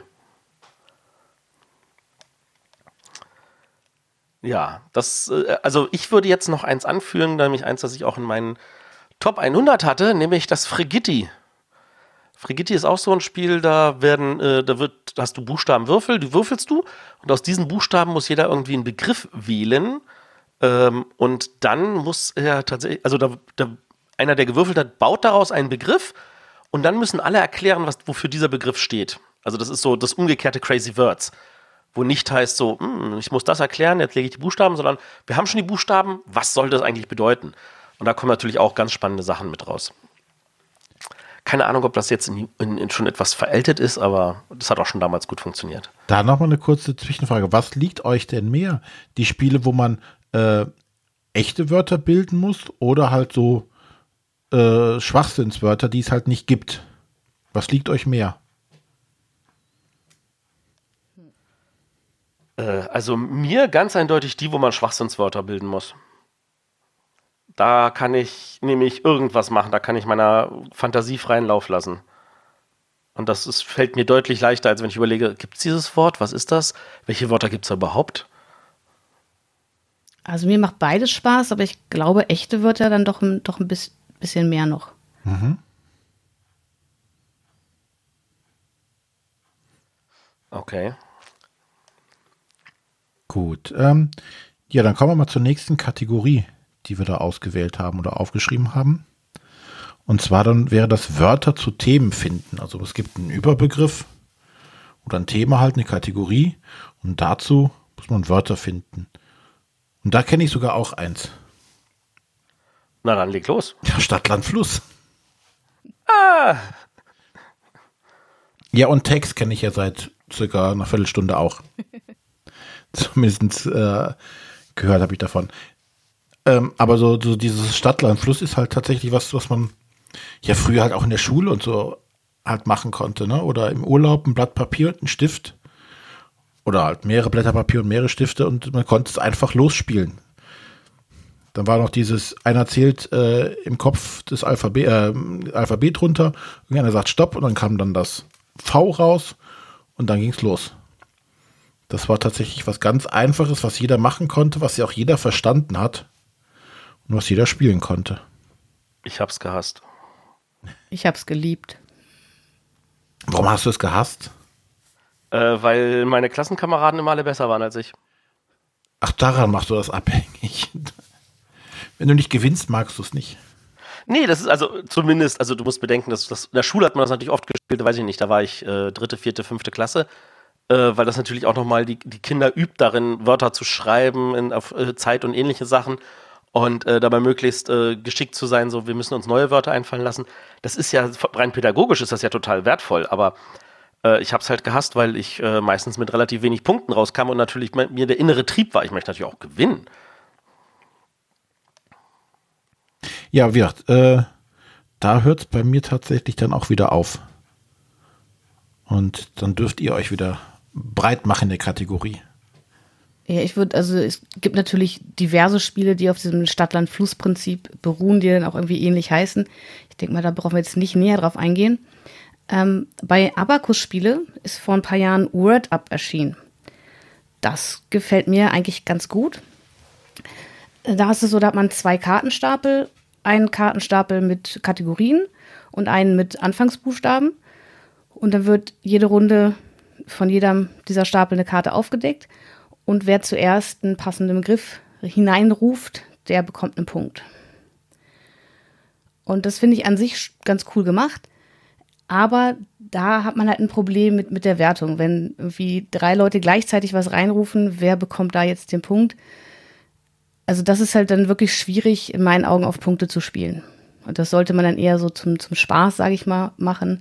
Speaker 3: Ja, das, also ich würde jetzt noch eins anführen, nämlich eins, das ich auch in meinen Top hundert hatte, nämlich das Frigitti. Frigitti ist auch so ein Spiel, da werden, äh, da wird, da hast du Buchstabenwürfel, die würfelst du und aus diesen Buchstaben muss jeder irgendwie einen Begriff wählen ähm, und dann muss er tatsächlich, also da, da, einer, der gewürfelt hat, baut daraus einen Begriff und dann müssen alle erklären, was, wofür dieser Begriff steht. Also das ist so das umgekehrte Crazy Words, wo nicht heißt so, hm, ich muss das erklären, jetzt lege ich die Buchstaben, sondern wir haben schon die Buchstaben, was soll das eigentlich bedeuten? Und da kommen natürlich auch ganz spannende Sachen mit raus. Keine Ahnung, ob das jetzt in, in, in schon etwas veraltet ist, aber das hat auch schon damals gut funktioniert.
Speaker 1: Da nochmal eine kurze Zwischenfrage. Was liegt euch denn mehr? Die Spiele, wo man äh, echte Wörter bilden muss oder halt so äh, Schwachsinnswörter, die es halt nicht gibt? Was liegt euch mehr?
Speaker 3: Äh, also mir ganz eindeutig die, wo man Schwachsinnswörter bilden muss. Da kann ich nämlich irgendwas machen, da kann ich meiner Fantasie freien Lauf lassen. Und das ist, fällt mir deutlich leichter, als wenn ich überlege, gibt es dieses Wort? Was ist das? Welche Wörter gibt es da überhaupt?
Speaker 2: Also mir macht beides Spaß, aber ich glaube, echte Wörter dann doch, ein- doch ein bis- bisschen mehr noch.
Speaker 1: Mhm.
Speaker 3: Okay.
Speaker 1: Gut. Ähm, ja, dann kommen wir mal zur nächsten Kategorie, die wir da ausgewählt haben oder aufgeschrieben haben. Und zwar dann wäre das Wörter zu Themen finden. Also es gibt einen Überbegriff oder ein Thema halt, eine Kategorie. Und dazu muss man Wörter finden. Und da kenne ich sogar auch eins.
Speaker 3: Na dann leg los.
Speaker 1: Ja, Stadt, Land, Fluss.
Speaker 3: Ah!
Speaker 1: Ja, und Text kenne ich ja seit circa einer Viertelstunde auch. Zumindest äh, gehört habe ich davon. Ähm, aber so, so dieses Stadt, Land, Fluss ist halt tatsächlich was, was man ja früher halt auch in der Schule und so halt machen konnte, ne? Oder im Urlaub ein Blatt Papier und ein Stift. Oder halt mehrere Blätter Papier und mehrere Stifte und man konnte es einfach losspielen. Dann war noch dieses, einer zählt äh, im Kopf das Alphabet, äh, Alphabet runter, irgendeiner sagt Stopp und dann kam dann das V raus und dann ging's los. Das war tatsächlich was ganz Einfaches, was jeder machen konnte, was ja auch jeder verstanden hat und was jeder spielen konnte.
Speaker 3: Ich hab's gehasst.
Speaker 2: Ich habe es geliebt.
Speaker 1: Warum hast du es gehasst?
Speaker 3: Äh, weil meine Klassenkameraden immer alle besser waren als ich.
Speaker 1: Ach, daran machst du das abhängig. Wenn du nicht gewinnst, magst du es nicht.
Speaker 3: Nee, das ist also zumindest, also du musst bedenken, dass das, in der Schule hat man das natürlich oft gespielt, weiß ich nicht, da war ich äh, dritte, vierte, fünfte Klasse, äh, weil das natürlich auch nochmal die, die Kinder übt darin, Wörter zu schreiben in, auf äh, Zeit und ähnliche Sachen und äh, dabei möglichst äh, geschickt zu sein, so wir müssen uns neue Wörter einfallen lassen. Das ist ja, rein pädagogisch ist das ja total wertvoll, aber äh, ich habe es halt gehasst, weil ich äh, meistens mit relativ wenig Punkten rauskam und natürlich me- mir der innere Trieb war, ich möchte natürlich auch gewinnen.
Speaker 1: Ja, wie gesagt, äh, da hört es bei mir tatsächlich dann auch wieder auf. Und dann dürft ihr euch wieder breit machen in der Kategorie.
Speaker 2: Ja, ich würde, also es gibt natürlich diverse Spiele, die auf diesem Stadt-Land-Fluss-Prinzip beruhen, die dann auch irgendwie ähnlich heißen. Ich denke mal, da brauchen wir jetzt nicht näher drauf eingehen. Ähm, bei Abacus-Spiele ist vor ein paar Jahren Word Up erschienen. Das gefällt mir eigentlich ganz gut. Da ist es so, da hat man zwei Kartenstapel, einen Kartenstapel mit Kategorien und einen mit Anfangsbuchstaben. Und dann wird jede Runde von jedem dieser Stapel eine Karte aufgedeckt. Und wer zuerst einen passenden Begriff hineinruft, der bekommt einen Punkt. Und das finde ich an sich ganz cool gemacht. Aber da hat man halt ein Problem mit, mit der Wertung. Wenn irgendwie drei Leute gleichzeitig was reinrufen, wer bekommt da jetzt den Punkt? Also das ist halt dann wirklich schwierig, in meinen Augen auf Punkte zu spielen. Und das sollte man dann eher so zum, zum Spaß, sage ich mal, machen.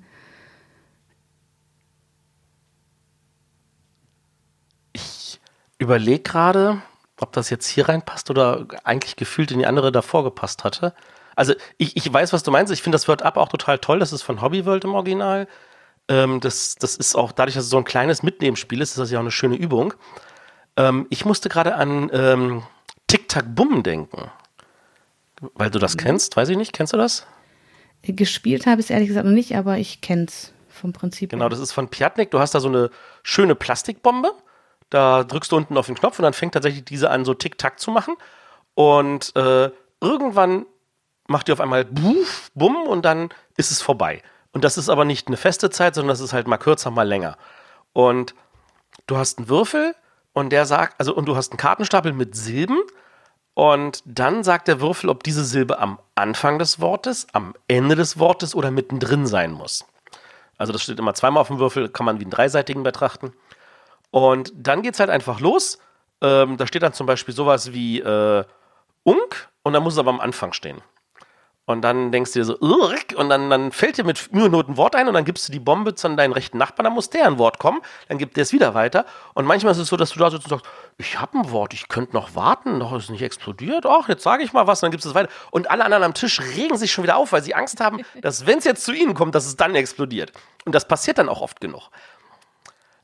Speaker 3: Ich überlege gerade, ob das jetzt hier reinpasst oder eigentlich gefühlt in die andere davor gepasst hatte. Also ich, ich weiß, was du meinst. Ich finde das Word Up auch total toll. Das ist von Hobby World im Original. Ähm, das, das ist auch, dadurch, dass es so ein kleines Mitnehmspiel ist, ist das ja auch eine schöne Übung. Ähm, ich musste gerade an ähm, Tic-Tac-Bum denken. Weil du das kennst, weiß ich nicht. Kennst du das?
Speaker 2: Gespielt habe ich es ehrlich gesagt noch nicht, aber ich kenne es vom Prinzip.
Speaker 3: Genau, das ist von Piatnik. Du hast da so eine schöne Plastikbombe. Da drückst du unten auf den Knopf und dann fängt tatsächlich diese an, so Tick-Tack zu machen. Und äh, irgendwann macht die auf einmal Buff, Bumm und dann ist es vorbei. Und das ist aber nicht eine feste Zeit, sondern das ist halt mal kürzer, mal länger. Und du hast einen Würfel und der sagt, also und du hast einen Kartenstapel mit Silben und dann sagt der Würfel, ob diese Silbe am Anfang des Wortes, am Ende des Wortes oder mittendrin sein muss. Also das steht immer zweimal auf dem Würfel, kann man wie einen dreiseitigen betrachten. Und dann geht's halt einfach los. Ähm, da steht dann zum Beispiel sowas wie äh, Unk und dann muss es aber am Anfang stehen. Und dann denkst du dir so, Urk, und dann, dann fällt dir mit Mühe und Not ein Wort ein und dann gibst du die Bombe zu deinen rechten Nachbarn, dann muss der ein Wort kommen, dann gibt der es wieder weiter. Und manchmal ist es so, dass du da sitzt und sagst, ich habe ein Wort, ich könnte noch warten, noch ist nicht explodiert, ach, jetzt sage ich mal was, und dann gibst du es weiter. Und alle anderen am Tisch regen sich schon wieder auf, weil sie Angst haben, dass wenn es jetzt zu ihnen kommt, dass es dann explodiert. Und das passiert dann auch oft genug.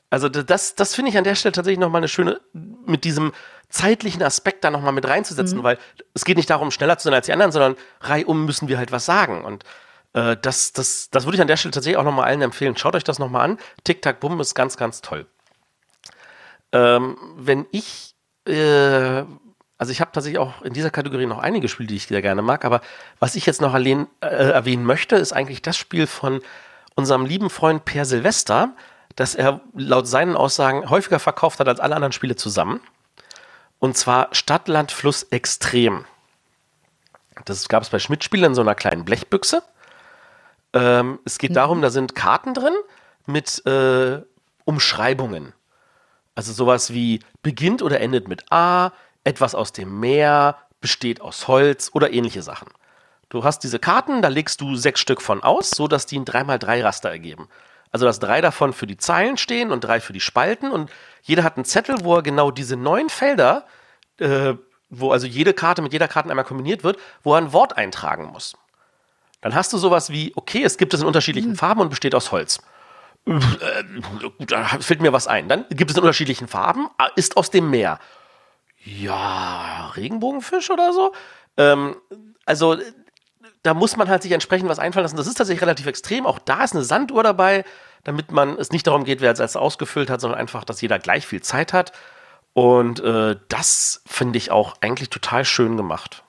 Speaker 3: Also das, das finde ich an der Stelle tatsächlich nochmal eine schöne, mit diesem zeitlichen Aspekt da nochmal mit reinzusetzen, mhm. weil es geht nicht darum, schneller zu sein als die anderen, sondern reihum müssen wir halt was sagen. Und äh, das, das, das würde ich an der Stelle tatsächlich auch nochmal allen empfehlen. Schaut euch das nochmal an. Tic-Tac-Boom ist ganz, ganz toll. Ähm, wenn ich, äh, also ich habe tatsächlich auch in dieser Kategorie noch einige Spiele, die ich sehr gerne mag, aber was ich jetzt noch erlehn, äh, erwähnen möchte, ist eigentlich das Spiel von unserem lieben Freund Per Silvester, das er laut seinen Aussagen häufiger verkauft hat als alle anderen Spiele zusammen. Und zwar Stadt, Land, Fluss Extrem. Das gab es bei Schmidt-Spielen in so einer kleinen Blechbüchse. Ähm, es geht mhm. darum, da sind Karten drin mit äh, Umschreibungen. Also sowas wie beginnt oder endet mit A, etwas aus dem Meer, besteht aus Holz oder ähnliche Sachen. Du hast diese Karten, da legst du sechs Stück von aus, sodass die ein drei mal drei Raster ergeben. Also dass drei davon für die Zeilen stehen und drei für die Spalten und jeder hat einen Zettel, wo er genau diese neun Felder, äh, wo also jede Karte mit jeder Karte einmal kombiniert wird, wo er ein Wort eintragen muss. Dann hast du sowas wie, okay, es gibt es in unterschiedlichen mhm. Farben und besteht aus Holz. Äh, gut, da fällt mir was ein. Dann gibt es in unterschiedlichen Farben, ist aus dem Meer. Ja, Regenbogenfisch oder so? Ähm, also da muss man halt sich entsprechend was einfallen lassen. Das ist tatsächlich relativ extrem. Auch da ist eine Sanduhr dabei, damit man es nicht darum geht, wer es als ausgefüllt hat, sondern einfach, dass jeder gleich viel Zeit hat. Und äh, das finde ich auch eigentlich total schön gemacht.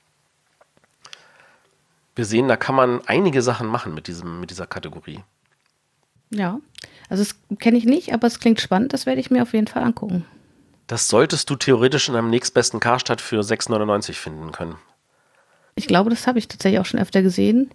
Speaker 3: Wir sehen, da kann man einige Sachen machen mit, diesem, mit dieser Kategorie.
Speaker 2: Ja, also das kenne ich nicht, aber es klingt spannend. Das werde ich mir auf jeden Fall angucken.
Speaker 3: Das solltest du theoretisch in einem nächstbesten Karstadt für sechs neunundneunzig finden können.
Speaker 2: Ich glaube, das habe ich tatsächlich auch schon öfter gesehen.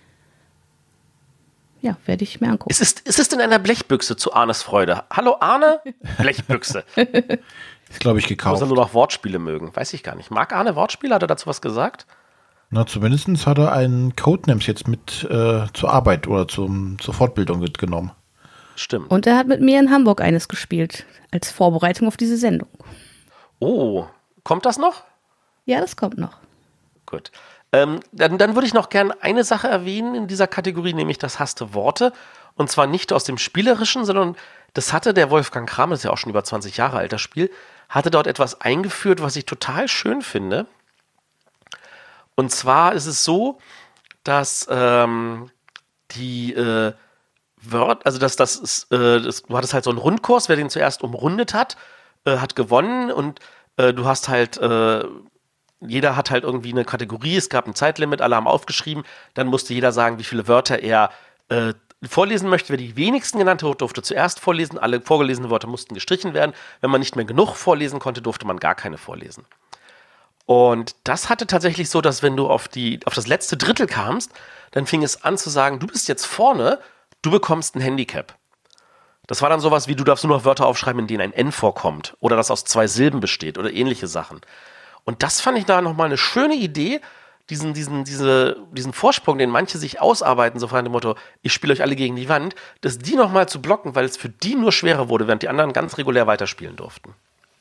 Speaker 2: Ja, werde ich mir angucken.
Speaker 3: Es ist, es ist in einer Blechbüchse zu Arnes Freude. Hallo Arne, Blechbüchse.
Speaker 1: Ist, glaube ich, gekauft.
Speaker 3: Muss er nur noch Wortspiele mögen, weiß ich gar nicht. Mag Arne Wortspiele? Hat er dazu was gesagt?
Speaker 1: Na, zumindest hat er einen Codenames jetzt mit äh, zur Arbeit oder zum, zur Fortbildung mitgenommen.
Speaker 3: Stimmt.
Speaker 2: Und er hat mit mir in Hamburg eines gespielt, als Vorbereitung auf diese Sendung.
Speaker 3: Oh, kommt das noch?
Speaker 2: Ja, das kommt noch.
Speaker 3: Gut. Ähm, dann, dann würde ich noch gerne eine Sache erwähnen in dieser Kategorie, nämlich das hasste Worte. Und zwar nicht aus dem Spielerischen, sondern das hatte der Wolfgang Kramer, das ist ja auch schon über zwanzig Jahre alt, das Spiel, hatte dort etwas eingeführt, was ich total schön finde. Und zwar ist es so, dass ähm, die äh, Wörter, also dass das ist, äh, das, du hattest halt so einen Rundkurs, wer den zuerst umrundet hat, äh, hat gewonnen und äh, du hast halt äh, jeder hat halt irgendwie eine Kategorie, es gab ein Zeitlimit, alle haben aufgeschrieben, dann musste jeder sagen, wie viele Wörter er äh, vorlesen möchte. Wer die wenigsten genannte hat, durfte zuerst vorlesen, alle vorgelesenen Wörter mussten gestrichen werden. Wenn man nicht mehr genug vorlesen konnte, durfte man gar keine vorlesen. Und das hatte tatsächlich so, dass wenn du auf, die, auf das letzte Drittel kamst, dann fing es an zu sagen, du bist jetzt vorne, du bekommst ein Handicap. Das war dann sowas wie, du darfst nur noch Wörter aufschreiben, in denen ein N vorkommt oder das aus zwei Silben besteht oder ähnliche Sachen. Und das fand ich da nochmal eine schöne Idee, diesen, diesen, diese, diesen Vorsprung, den manche sich ausarbeiten, so von dem Motto, ich spiele euch alle gegen die Wand, dass die nochmal zu blocken, weil es für die nur schwerer wurde, während die anderen ganz regulär weiterspielen durften.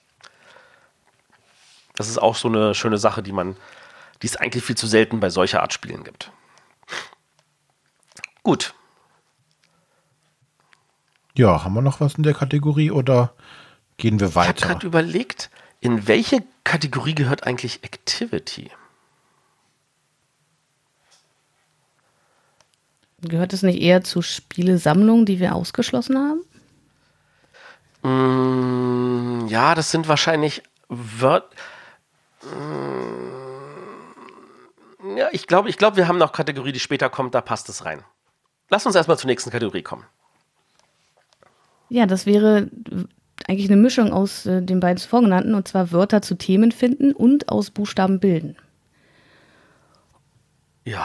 Speaker 3: Das ist auch so eine schöne Sache, die man, die es eigentlich viel zu selten bei solcher Art Spielen gibt. Gut.
Speaker 1: Ja, haben wir noch was in der Kategorie oder gehen wir weiter?
Speaker 3: Ich habe gerade überlegt, in welche Kategorie gehört eigentlich Activity?
Speaker 2: Gehört es nicht eher zu Spielesammlungen, die wir ausgeschlossen haben?
Speaker 3: Mm, ja, das sind wahrscheinlich Wörter. Mm, ja, ich glaube, ich glaub, wir haben noch Kategorie, die später kommt, da passt es rein. Lass uns erstmal zur nächsten Kategorie kommen.
Speaker 2: Ja, das wäre eigentlich eine Mischung aus äh, den beiden zuvor genannten, und zwar Wörter zu Themen finden und aus Buchstaben bilden.
Speaker 3: Ja.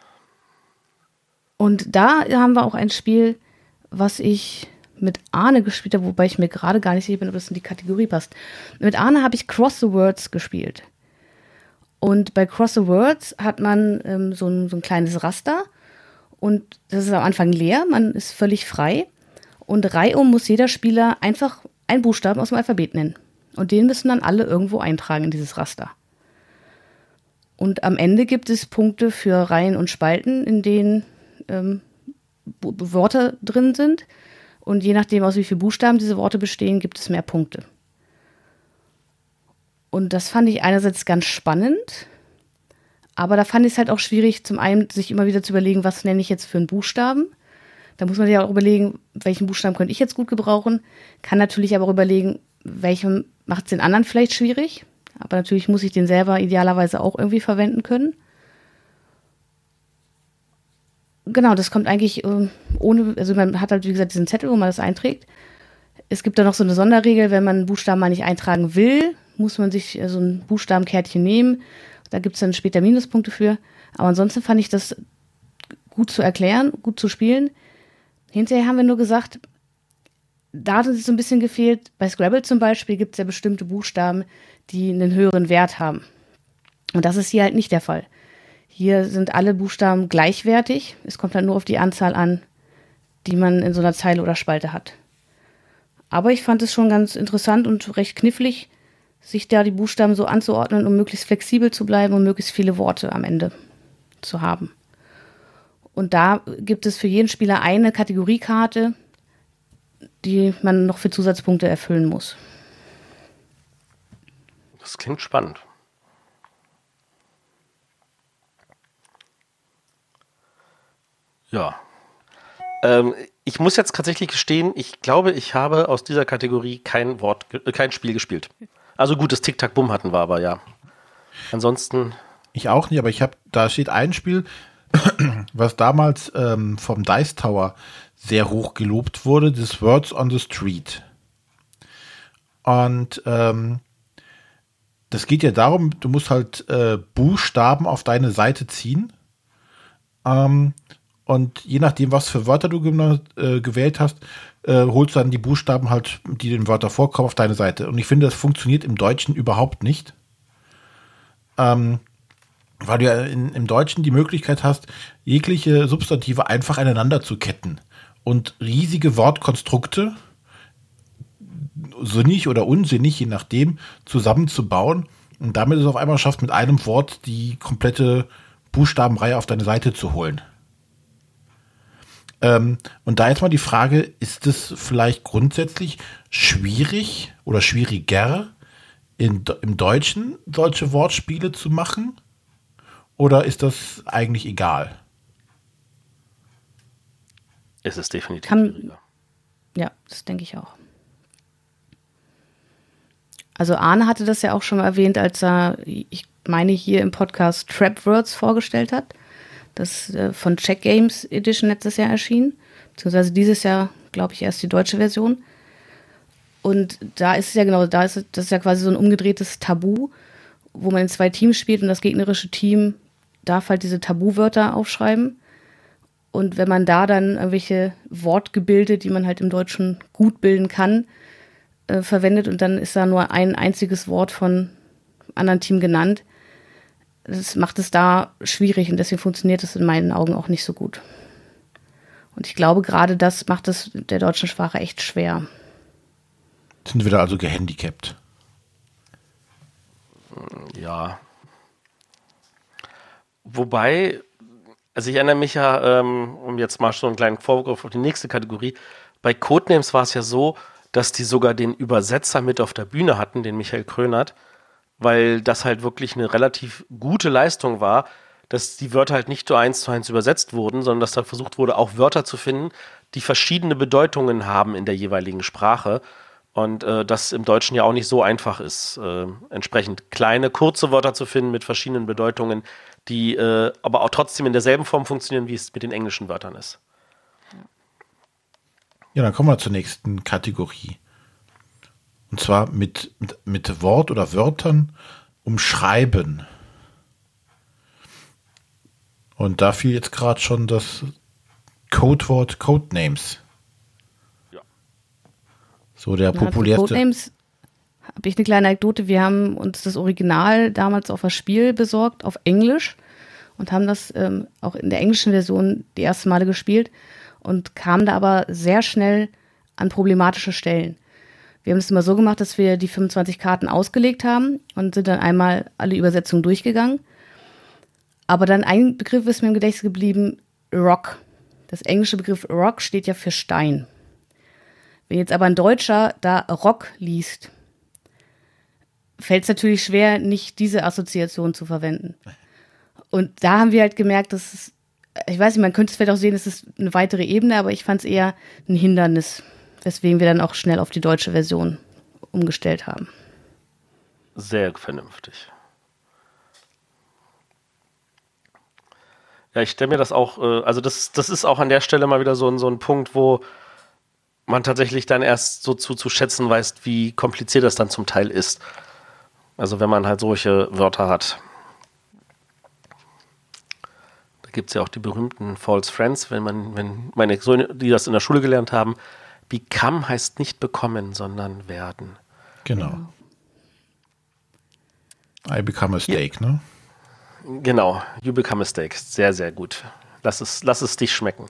Speaker 2: Und da haben wir auch ein Spiel, was ich mit Arne gespielt habe, wobei ich mir gerade gar nicht sicher bin, ob das in die Kategorie passt. Mit Arne habe ich Cross the Words gespielt. Und bei Cross the Words hat man ähm, so, ein, so ein kleines Raster und das ist am Anfang leer, man ist völlig frei. Und reihum muss jeder Spieler einfach einen Buchstaben aus dem Alphabet nennen. Und den müssen dann alle irgendwo eintragen in dieses Raster. Und am Ende gibt es Punkte für Reihen und Spalten, in denen ähm, Wörter drin sind. Und je nachdem, aus wie vielen Buchstaben diese Worte bestehen, gibt es mehr Punkte. Und das fand ich einerseits ganz spannend, aber da fand ich es halt auch schwierig, zum einen sich immer wieder zu überlegen, was nenne ich jetzt für einen Buchstaben. Da muss man sich auch überlegen, welchen Buchstaben könnte ich jetzt gut gebrauchen. Kann natürlich aber auch überlegen, welchem macht es den anderen vielleicht schwierig. Aber natürlich muss ich den selber idealerweise auch irgendwie verwenden können. Genau, das kommt eigentlich äh, ohne, also man hat halt wie gesagt diesen Zettel, wo man das einträgt. Es gibt da noch so eine Sonderregel, wenn man einen Buchstaben mal nicht eintragen will, muss man sich äh, so ein Buchstabenkärtchen nehmen. Da gibt es dann später Minuspunkte für. Aber ansonsten fand ich das gut zu erklären, gut zu spielen. Hinterher haben wir nur gesagt, da hat uns so ein bisschen gefehlt. Bei Scrabble zum Beispiel gibt es ja bestimmte Buchstaben, die einen höheren Wert haben. Und das ist hier halt nicht der Fall. Hier sind alle Buchstaben gleichwertig. Es kommt dann nur auf die Anzahl an, die man in so einer Zeile oder Spalte hat. Aber ich fand es schon ganz interessant und recht knifflig, sich da die Buchstaben so anzuordnen, um möglichst flexibel zu bleiben und möglichst viele Worte am Ende zu haben. Und da gibt es für jeden Spieler eine Kategoriekarte, die man noch für Zusatzpunkte erfüllen muss.
Speaker 3: Das klingt spannend. Ja. Ähm, ich muss jetzt tatsächlich gestehen, ich glaube, ich habe aus dieser Kategorie kein Wort, äh, kein Spiel gespielt. Also gut, das Tic-Tac-Bumm hatten wir aber, ja. Ansonsten.
Speaker 1: Ich auch nicht, aber ich habe, da steht ein Spiel, was damals ähm, vom Dice Tower sehr hoch gelobt wurde, das Words on the Street. Und ähm, das geht ja darum, du musst halt äh, Buchstaben auf deine Seite ziehen. Ähm, und je nachdem, was für Wörter du ge- äh, gewählt hast, äh, holst du dann die Buchstaben halt, die den Wörtern vorkommen, auf deine Seite. Und ich finde, das funktioniert im Deutschen überhaupt nicht. Ähm, weil du ja in, im Deutschen die Möglichkeit hast, jegliche Substantive einfach aneinander zu ketten und riesige Wortkonstrukte, sinnig oder unsinnig, je nachdem, zusammenzubauen und damit es auf einmal schafft, mit einem Wort die komplette Buchstabenreihe auf deine Seite zu holen. Ähm, und da jetzt mal die Frage, ist es vielleicht grundsätzlich schwierig oder schwieriger, in, im Deutschen solche Wortspiele zu machen? Oder ist das eigentlich egal?
Speaker 3: Es ist definitiv
Speaker 2: Kann,
Speaker 3: schwieriger.
Speaker 2: Ja, das denke ich auch. Also Arne hatte das ja auch schon mal erwähnt, als er, ich meine, hier im Podcast Trap Words vorgestellt hat. Das äh, von Check Games Edition letztes Jahr erschien. Beziehungsweise dieses Jahr, glaube ich, erst die deutsche Version. Und da ist es ja genau, da ist das ist ja quasi so ein umgedrehtes Tabu, wo man in zwei Teams spielt und das gegnerische Team darf halt diese Tabuwörter aufschreiben. Und wenn man da dann irgendwelche Wortgebilde, die man halt im Deutschen gut bilden kann, äh, verwendet und dann ist da nur ein einziges Wort von einem anderen Team genannt, das macht es da schwierig und deswegen funktioniert es in meinen Augen auch nicht so gut. Und ich glaube, gerade das macht es der deutschen Sprache echt schwer.
Speaker 1: Sind wir da also gehandicapt?
Speaker 3: Ja. Wobei, also ich erinnere mich ja, ähm, um jetzt mal schon einen kleinen Vorgriff auf die nächste Kategorie, bei Codenames war es ja so, dass die sogar den Übersetzer mit auf der Bühne hatten, den Michael Krönert, weil das halt wirklich eine relativ gute Leistung war, dass die Wörter halt nicht so eins zu eins übersetzt wurden, sondern dass da versucht wurde, auch Wörter zu finden, die verschiedene Bedeutungen haben in der jeweiligen Sprache. Und äh, das im Deutschen ja auch nicht so einfach ist, äh, entsprechend kleine, kurze Wörter zu finden mit verschiedenen Bedeutungen, die äh, aber auch trotzdem in derselben Form funktionieren, wie es mit den englischen Wörtern ist.
Speaker 1: Ja, dann kommen wir zur nächsten Kategorie. Und zwar mit, mit, mit Wort oder Wörtern umschreiben. Und da fiel jetzt gerade schon das Codewort Codenames. So der
Speaker 2: Na,
Speaker 1: populärste.
Speaker 2: zu Codenames habe ich eine kleine Anekdote. Wir haben uns das Original damals auf das Spiel besorgt, auf Englisch, und haben das ähm, auch in der englischen Version die ersten Male gespielt und kamen da aber sehr schnell an problematische Stellen. Wir haben es immer so gemacht, dass wir die fünfundzwanzig Karten ausgelegt haben und sind dann einmal alle Übersetzungen durchgegangen. Aber dann ein Begriff ist mir im Gedächtnis geblieben, Rock. Das englische Begriff Rock steht ja für Stein. Wenn jetzt aber ein Deutscher da Rock liest, fällt es natürlich schwer, nicht diese Assoziation zu verwenden. Und da haben wir halt gemerkt, dass es, ich weiß nicht, man könnte es vielleicht auch sehen, es ist eine weitere Ebene, aber ich fand es eher ein Hindernis, weswegen wir dann auch schnell auf die deutsche Version umgestellt haben.
Speaker 3: Sehr vernünftig. Ja, ich stelle mir das auch, äh, also das, das ist auch an der Stelle mal wieder so ein, so ein Punkt, wo man tatsächlich dann erst so zu, zu schätzen weiß, wie kompliziert das dann zum Teil ist. Also wenn man halt solche Wörter hat. Da gibt es ja auch die berühmten False Friends, wenn man, wenn meine Söhne, die das in der Schule gelernt haben, become heißt nicht bekommen, sondern werden.
Speaker 1: Genau. I become a steak, ja. Ne?
Speaker 3: Genau, you become a steak. Sehr, sehr gut. Lass es, lass es dich schmecken.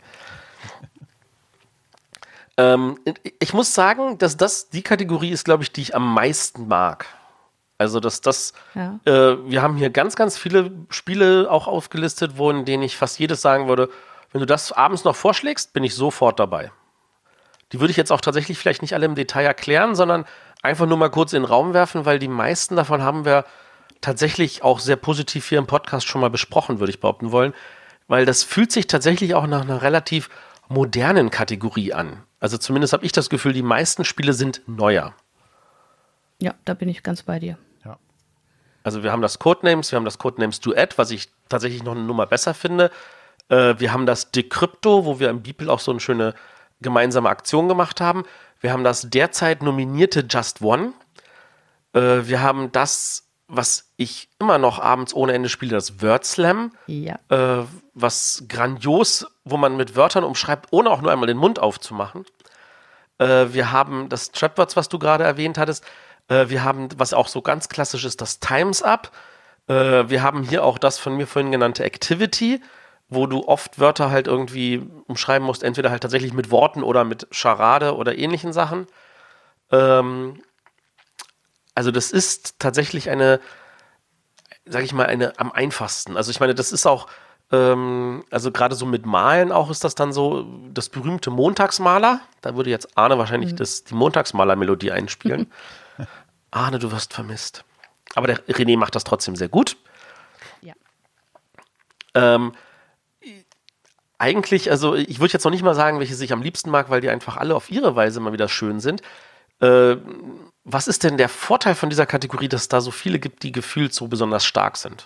Speaker 3: ähm, ich muss sagen, dass das die Kategorie ist, glaube ich, die ich am meisten mag. Also, dass das, ja. äh, wir haben hier ganz, ganz viele Spiele auch aufgelistet, wo in denen ich fast jedes sagen würde, wenn du das abends noch vorschlägst, bin ich sofort dabei. Die würde ich jetzt auch tatsächlich vielleicht nicht alle im Detail erklären, sondern einfach nur mal kurz in den Raum werfen, weil die meisten davon haben wir tatsächlich auch sehr positiv hier im Podcast schon mal besprochen, würde ich behaupten wollen, weil das fühlt sich tatsächlich auch nach einer relativ modernen Kategorie an. Also zumindest habe ich das Gefühl, die meisten Spiele sind neuer.
Speaker 2: Ja, da bin ich ganz bei dir.
Speaker 1: Ja.
Speaker 3: Also wir haben das Codenames, wir haben das Codenames Duett, was ich tatsächlich noch eine Nummer besser finde. Äh, wir haben das Decrypto, wo wir im Beeple auch so eine schöne gemeinsame Aktion gemacht haben. Wir haben das derzeit nominierte Just One. Äh, wir haben das, was ich immer noch abends ohne Ende spiele, das Word Slam.
Speaker 2: Ja.
Speaker 3: Äh, was grandios, wo man mit Wörtern umschreibt, ohne auch nur einmal den Mund aufzumachen. Äh, wir haben das Trapwords, was du gerade erwähnt hattest. Äh, wir haben, was auch so ganz klassisch ist, das Times Up. Äh, wir haben hier auch das von mir vorhin genannte Activity, wo du oft Wörter halt irgendwie umschreiben musst, entweder halt tatsächlich mit Worten oder mit Charade oder ähnlichen Sachen. Ähm, also das ist tatsächlich eine, sag ich mal, eine am einfachsten. Also ich meine, das ist auch, ähm, also gerade so mit Malen auch ist das dann so das berühmte Montagsmaler. Da würde jetzt Arne wahrscheinlich mhm. das, die Montagsmaler-Melodie einspielen. Arne, du wirst vermisst. Aber der René macht das trotzdem sehr gut.
Speaker 2: Ja.
Speaker 3: Ähm, Eigentlich, also ich würde jetzt noch nicht mal sagen, welche ich am liebsten mag, weil die einfach alle auf ihre Weise mal wieder schön sind. Äh, was ist denn der Vorteil von dieser Kategorie, dass es da so viele gibt, die gefühlt so besonders stark sind?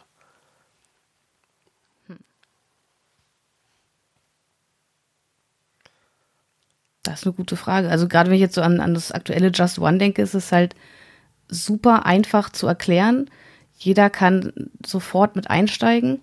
Speaker 2: Das ist eine gute Frage. Also gerade wenn ich jetzt so an, an das aktuelle Just One denke, ist es halt super einfach zu erklären. Jeder kann sofort mit einsteigen.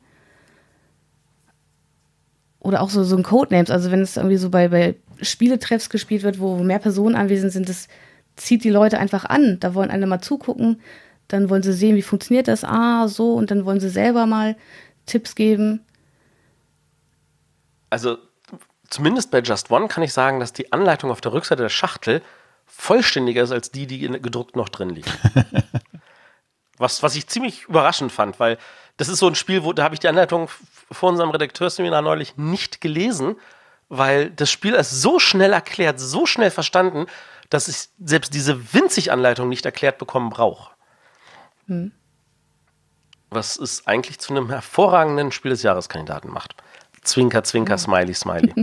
Speaker 2: Oder auch so, so ein Codenames, also wenn es irgendwie so bei, bei Spieletreffs gespielt wird, wo, wo mehr Personen anwesend sind, das zieht die Leute einfach an. Da wollen alle mal zugucken, dann wollen sie sehen, wie funktioniert das, ah, so, und dann wollen sie selber mal Tipps geben.
Speaker 3: Also zumindest bei Just One kann ich sagen, dass die Anleitung auf der Rückseite der Schachtel vollständiger ist als die, die in, gedruckt noch drin liegt. was, was ich ziemlich überraschend fand, weil das ist so ein Spiel, wo da habe ich die Anleitung vor unserem Redakteurseminar neulich nicht gelesen, weil das Spiel ist so schnell erklärt, so schnell verstanden, dass ich selbst diese winzig Anleitung nicht erklärt bekommen brauche. Hm. Was es eigentlich zu einem hervorragenden Spiel des Jahreskandidaten macht. Zwinker, Zwinker, Smiley, Smiley.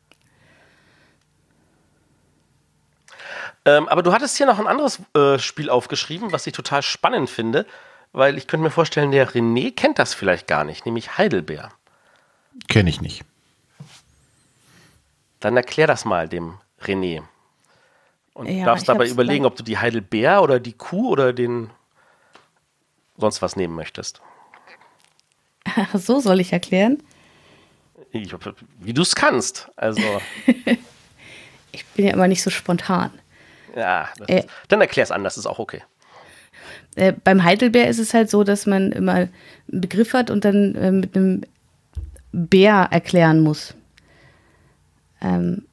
Speaker 3: ähm, aber du hattest hier noch ein anderes äh, Spiel aufgeschrieben, was ich total spannend finde, weil ich könnte mir vorstellen, der René kennt das vielleicht gar nicht, nämlich Heidelbeer.
Speaker 1: Kenne ich nicht.
Speaker 3: Dann erklär das mal dem René. Und
Speaker 2: ja,
Speaker 3: darfst dabei überlegen, ob du die Heidelbeer oder die Kuh oder den sonst was nehmen möchtest.
Speaker 2: So soll ich erklären?
Speaker 3: Ich, wie du es kannst. Also.
Speaker 2: Ich bin ja immer nicht so spontan.
Speaker 3: Ja, das äh, ist, dann erklär es anders, ist auch okay.
Speaker 2: Äh, beim Heidelbeer ist es halt so, dass man immer einen Begriff hat und dann äh, mit einem Bär erklären muss. Ähm,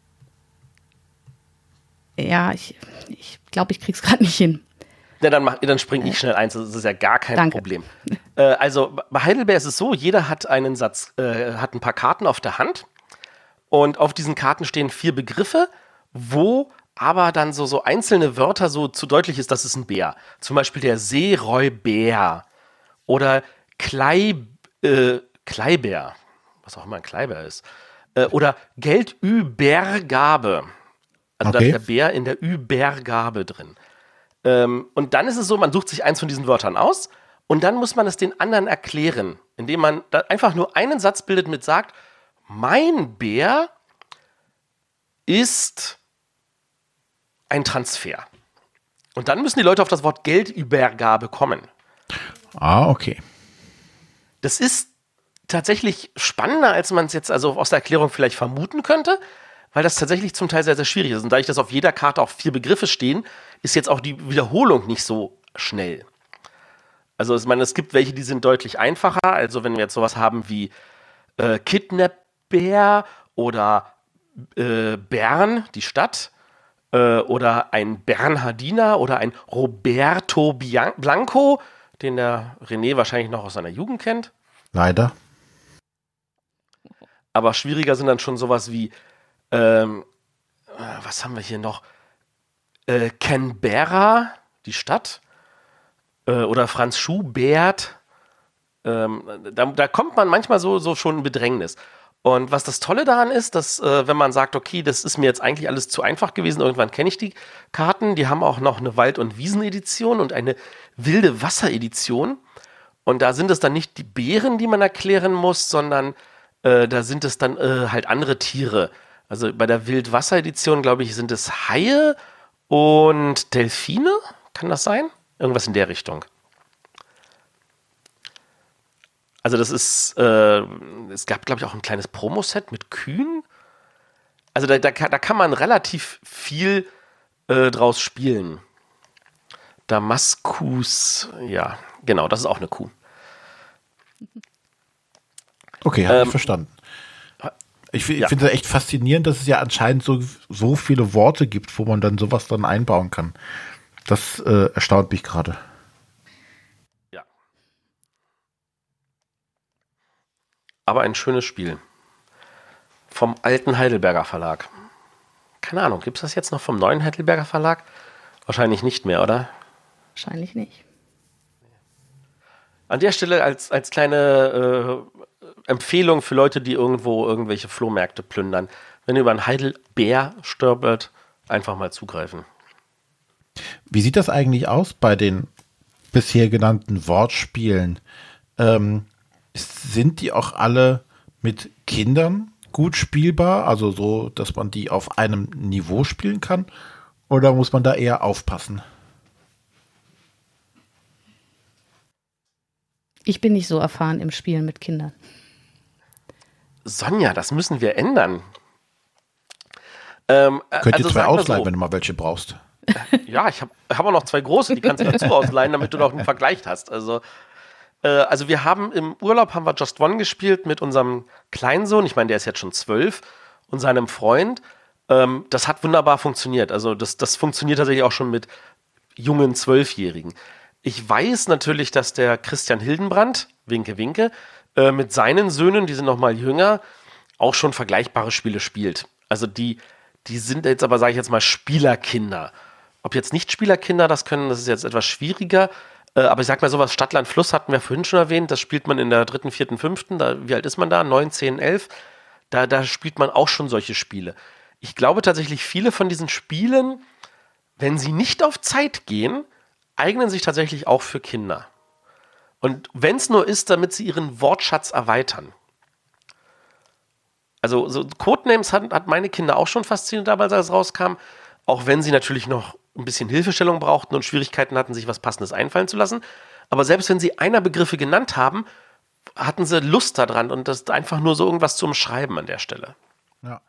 Speaker 2: ja, ich glaube, ich, glaub, ich krieg's gerade nicht hin.
Speaker 3: Ja, dann, mach, dann springe ich schnell eins, das ist ja gar kein
Speaker 2: Danke.
Speaker 3: Problem. Äh, also bei Heidelbeer ist es so, jeder hat einen Satz, äh, hat ein paar Karten auf der Hand und auf diesen Karten stehen vier Begriffe, wo aber dann so, so einzelne Wörter so zu deutlich ist, dass es ein Bär. Zum Beispiel der Seeräubär oder Klei, äh, Kleibär, was auch immer ein Kleibär ist. Äh, oder Geldübergabe. Also
Speaker 1: Okay.
Speaker 3: da ist der Bär in der Übergabe drin. Ähm, und dann ist es so, man sucht sich eins von diesen Wörtern aus und dann muss man es den anderen erklären, indem man da einfach nur einen Satz bildet mit sagt, mein Bär ist ein Transfer. Und dann müssen die Leute auf das Wort Geldübergabe kommen.
Speaker 1: Ah, okay.
Speaker 3: Das ist tatsächlich spannender, als man es jetzt also aus der Erklärung vielleicht vermuten könnte, weil das tatsächlich zum Teil sehr, sehr schwierig ist. Und dadurch, dass auf jeder Karte auch vier Begriffe stehen, ist jetzt auch die Wiederholung nicht so schnell. Also ich meine, es gibt welche, die sind deutlich einfacher. Also wenn wir jetzt sowas haben wie äh, Kidnap-Bär oder äh, Bern, die Stadt, äh, oder ein Bernhardiner oder ein Roberto Bian- Blanco, den der René wahrscheinlich noch aus seiner Jugend kennt.
Speaker 1: Leider.
Speaker 3: Aber schwieriger sind dann schon sowas wie, ähm, äh, was haben wir hier noch? Äh, Canberra, die Stadt. Äh, oder Franz Schubert. Ähm, da, da kommt man manchmal so, so schon in Bedrängnis. Und was das Tolle daran ist, dass äh, wenn man sagt, okay, das ist mir jetzt eigentlich alles zu einfach gewesen, irgendwann kenne ich die Karten, die haben auch noch eine Wald- und Wiesen-Edition und eine wilde Wasser-Edition. Und da sind es dann nicht die Bären, die man erklären muss, sondern äh, da sind es dann äh, halt andere Tiere. Also bei der Wildwasser-Edition, glaube ich, sind es Haie und Delfine. Kann das sein? Irgendwas in der Richtung. Also das ist, äh, es gab, glaube ich, auch ein kleines Promoset mit Kühen. Also da, da, da kann man relativ viel äh, draus spielen. Damaskus, ja, genau, das ist auch eine Kuh.
Speaker 1: Okay, habe
Speaker 3: Ähm,
Speaker 1: ich verstanden. Ich, fi- ich
Speaker 3: ja.
Speaker 1: finde es echt faszinierend, dass es ja anscheinend so, so viele Worte gibt, wo man dann sowas dann einbauen kann. Das äh, erstaunt mich gerade.
Speaker 3: Ja. Aber ein schönes Spiel. Vom alten Heidelberger Verlag. Keine Ahnung, gibt es das jetzt noch vom neuen Heidelberger Verlag? Wahrscheinlich nicht mehr, oder?
Speaker 2: Wahrscheinlich nicht.
Speaker 3: An der Stelle als, als kleine äh, Empfehlung für Leute, die irgendwo irgendwelche Flohmärkte plündern. Wenn ihr über einen Heidelbeer stolpert, einfach mal zugreifen.
Speaker 1: Wie sieht das eigentlich aus bei den bisher genannten Wortspielen? Ähm, sind die auch alle mit Kindern gut spielbar? Also so, dass man die auf einem Niveau spielen kann? Oder muss man da eher aufpassen?
Speaker 2: Ich bin nicht so erfahren im Spielen mit Kindern.
Speaker 3: Sonja, das müssen wir ändern. Ähm, äh,
Speaker 1: Könnt ihr
Speaker 3: also
Speaker 1: zwei
Speaker 3: sag mal
Speaker 1: ausleihen,
Speaker 3: so.
Speaker 1: wenn du mal welche brauchst?
Speaker 3: Ja, ich habe hab auch noch zwei große, die kannst du dazu ausleihen, damit du noch einen Vergleich hast. Also, äh, also wir haben im Urlaub haben wir Just One gespielt mit unserem Kleinsohn, ich meine, der ist jetzt schon zwölf, und seinem Freund. Ähm, das hat wunderbar funktioniert. Also das, das funktioniert tatsächlich auch schon mit jungen Zwölfjährigen. Ich weiß natürlich, dass der Christian Hildenbrand, Winke, Winke, äh, mit seinen Söhnen, die sind noch mal jünger, auch schon vergleichbare Spiele spielt. Also die, die sind jetzt aber, sage ich jetzt mal, Spielerkinder. Ob jetzt nicht Spielerkinder das können, das ist jetzt etwas schwieriger. Äh, aber ich sag mal sowas, Stadtland Fluss hatten wir vorhin schon erwähnt, das spielt man in der dritten, vierten, fünften. Da, wie alt ist man da? Neun, zehn, elf. Da, da spielt man auch schon solche Spiele. Ich glaube tatsächlich, viele von diesen Spielen, wenn sie nicht auf Zeit gehen, eignen sich tatsächlich auch für Kinder. Und wenn es nur ist, damit sie ihren Wortschatz erweitern. Also so Codenames hat, hat meine Kinder auch schon fasziniert damals, als es rauskam. Auch wenn sie natürlich noch ein bisschen Hilfestellung brauchten und Schwierigkeiten hatten, sich was Passendes einfallen zu lassen. Aber selbst wenn sie einer Begriffe genannt haben, hatten sie Lust daran und das einfach nur so irgendwas zu umschreiben an der Stelle.
Speaker 1: Ja.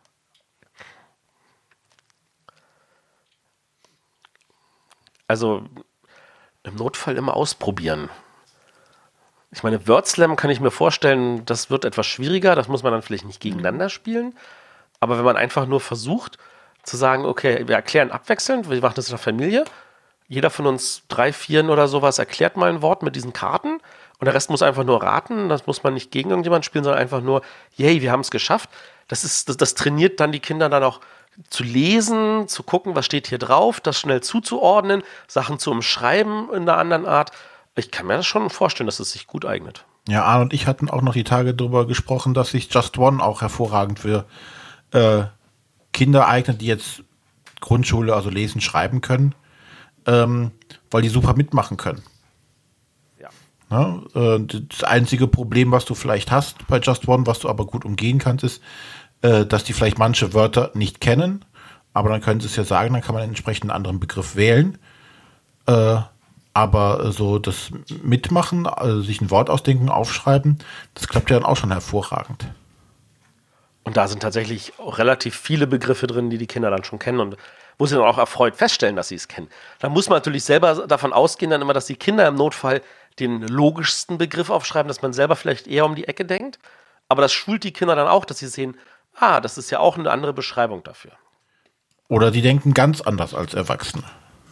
Speaker 3: Also im Notfall immer ausprobieren. Ich meine, WordSlam kann ich mir vorstellen, das wird etwas schwieriger, das muss man dann vielleicht nicht gegeneinander spielen. Aber wenn man einfach nur versucht zu sagen, okay, wir erklären abwechselnd, wir machen das in der Familie, jeder von uns drei, vieren oder sowas erklärt mal ein Wort mit diesen Karten und der Rest muss einfach nur raten, das muss man nicht gegen irgendjemanden spielen, sondern einfach nur, yay, wir haben es geschafft. Das ist, das, das trainiert dann die Kinder dann auch zu lesen, zu gucken, was steht hier drauf, das schnell zuzuordnen, Sachen zu umschreiben in einer anderen Art. Ich kann mir das schon vorstellen, dass es sich gut eignet.
Speaker 1: Ja, Arne und ich hatten auch noch die Tage darüber gesprochen, dass sich Just One auch hervorragend für äh, Kinder eignet, die jetzt Grundschule, also lesen, schreiben können, ähm, weil die super mitmachen können.
Speaker 3: Ja.
Speaker 1: Ja, äh, das einzige Problem, was du vielleicht hast bei Just One, was du aber gut umgehen kannst, ist, äh, dass die vielleicht manche Wörter nicht kennen, aber dann können sie es ja sagen, dann kann man entsprechend einen anderen Begriff wählen. Äh, aber so das Mitmachen, also sich ein Wort ausdenken, aufschreiben, das klappt ja dann auch schon hervorragend.
Speaker 3: Und da sind tatsächlich auch relativ viele Begriffe drin, die die Kinder dann schon kennen und wo sie dann auch erfreut feststellen, dass sie es kennen. Da muss man natürlich selber davon ausgehen, dann immer, dass die Kinder im Notfall den logischsten Begriff aufschreiben, dass man selber vielleicht eher um die Ecke denkt. Aber das schult die Kinder dann auch, dass sie sehen, ah, das ist ja auch eine andere Beschreibung dafür.
Speaker 1: Oder die denken ganz anders als Erwachsene.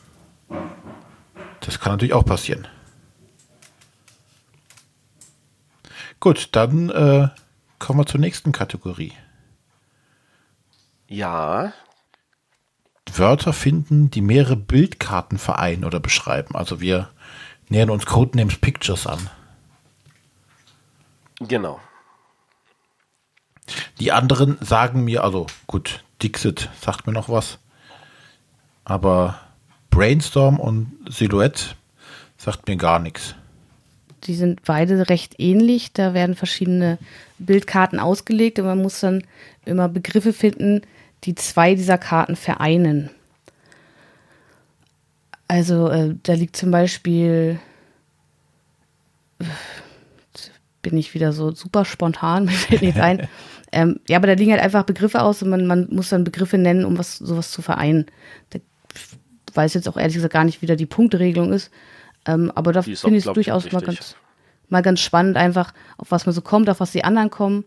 Speaker 1: Das kann natürlich auch passieren. Gut, dann äh, kommen wir zur nächsten Kategorie.
Speaker 3: Ja.
Speaker 1: Wörter finden, die mehrere Bildkarten vereinen oder beschreiben. Also wir nähern uns Codenames Pictures an.
Speaker 3: Genau.
Speaker 1: Die anderen sagen mir, also gut, Dixit sagt mir noch was, aber Brainstorm und Silhouette sagt mir gar nichts.
Speaker 2: Die sind beide recht ähnlich. Da werden verschiedene Bildkarten ausgelegt und man muss dann immer Begriffe finden, die zwei dieser Karten vereinen. Also äh, da liegt zum Beispiel, jetzt bin ich wieder so super spontan, mir fällt nichts ein. Ähm, ja, aber da liegen halt einfach Begriffe aus und man, man muss dann Begriffe nennen, um was sowas zu vereinen. Da weiß jetzt auch ehrlich gesagt gar nicht, wie da die Punkteregelung ist. Ähm, aber da finde ich es durchaus mal ganz, mal ganz spannend, einfach auf was man so kommt, auf was die anderen kommen.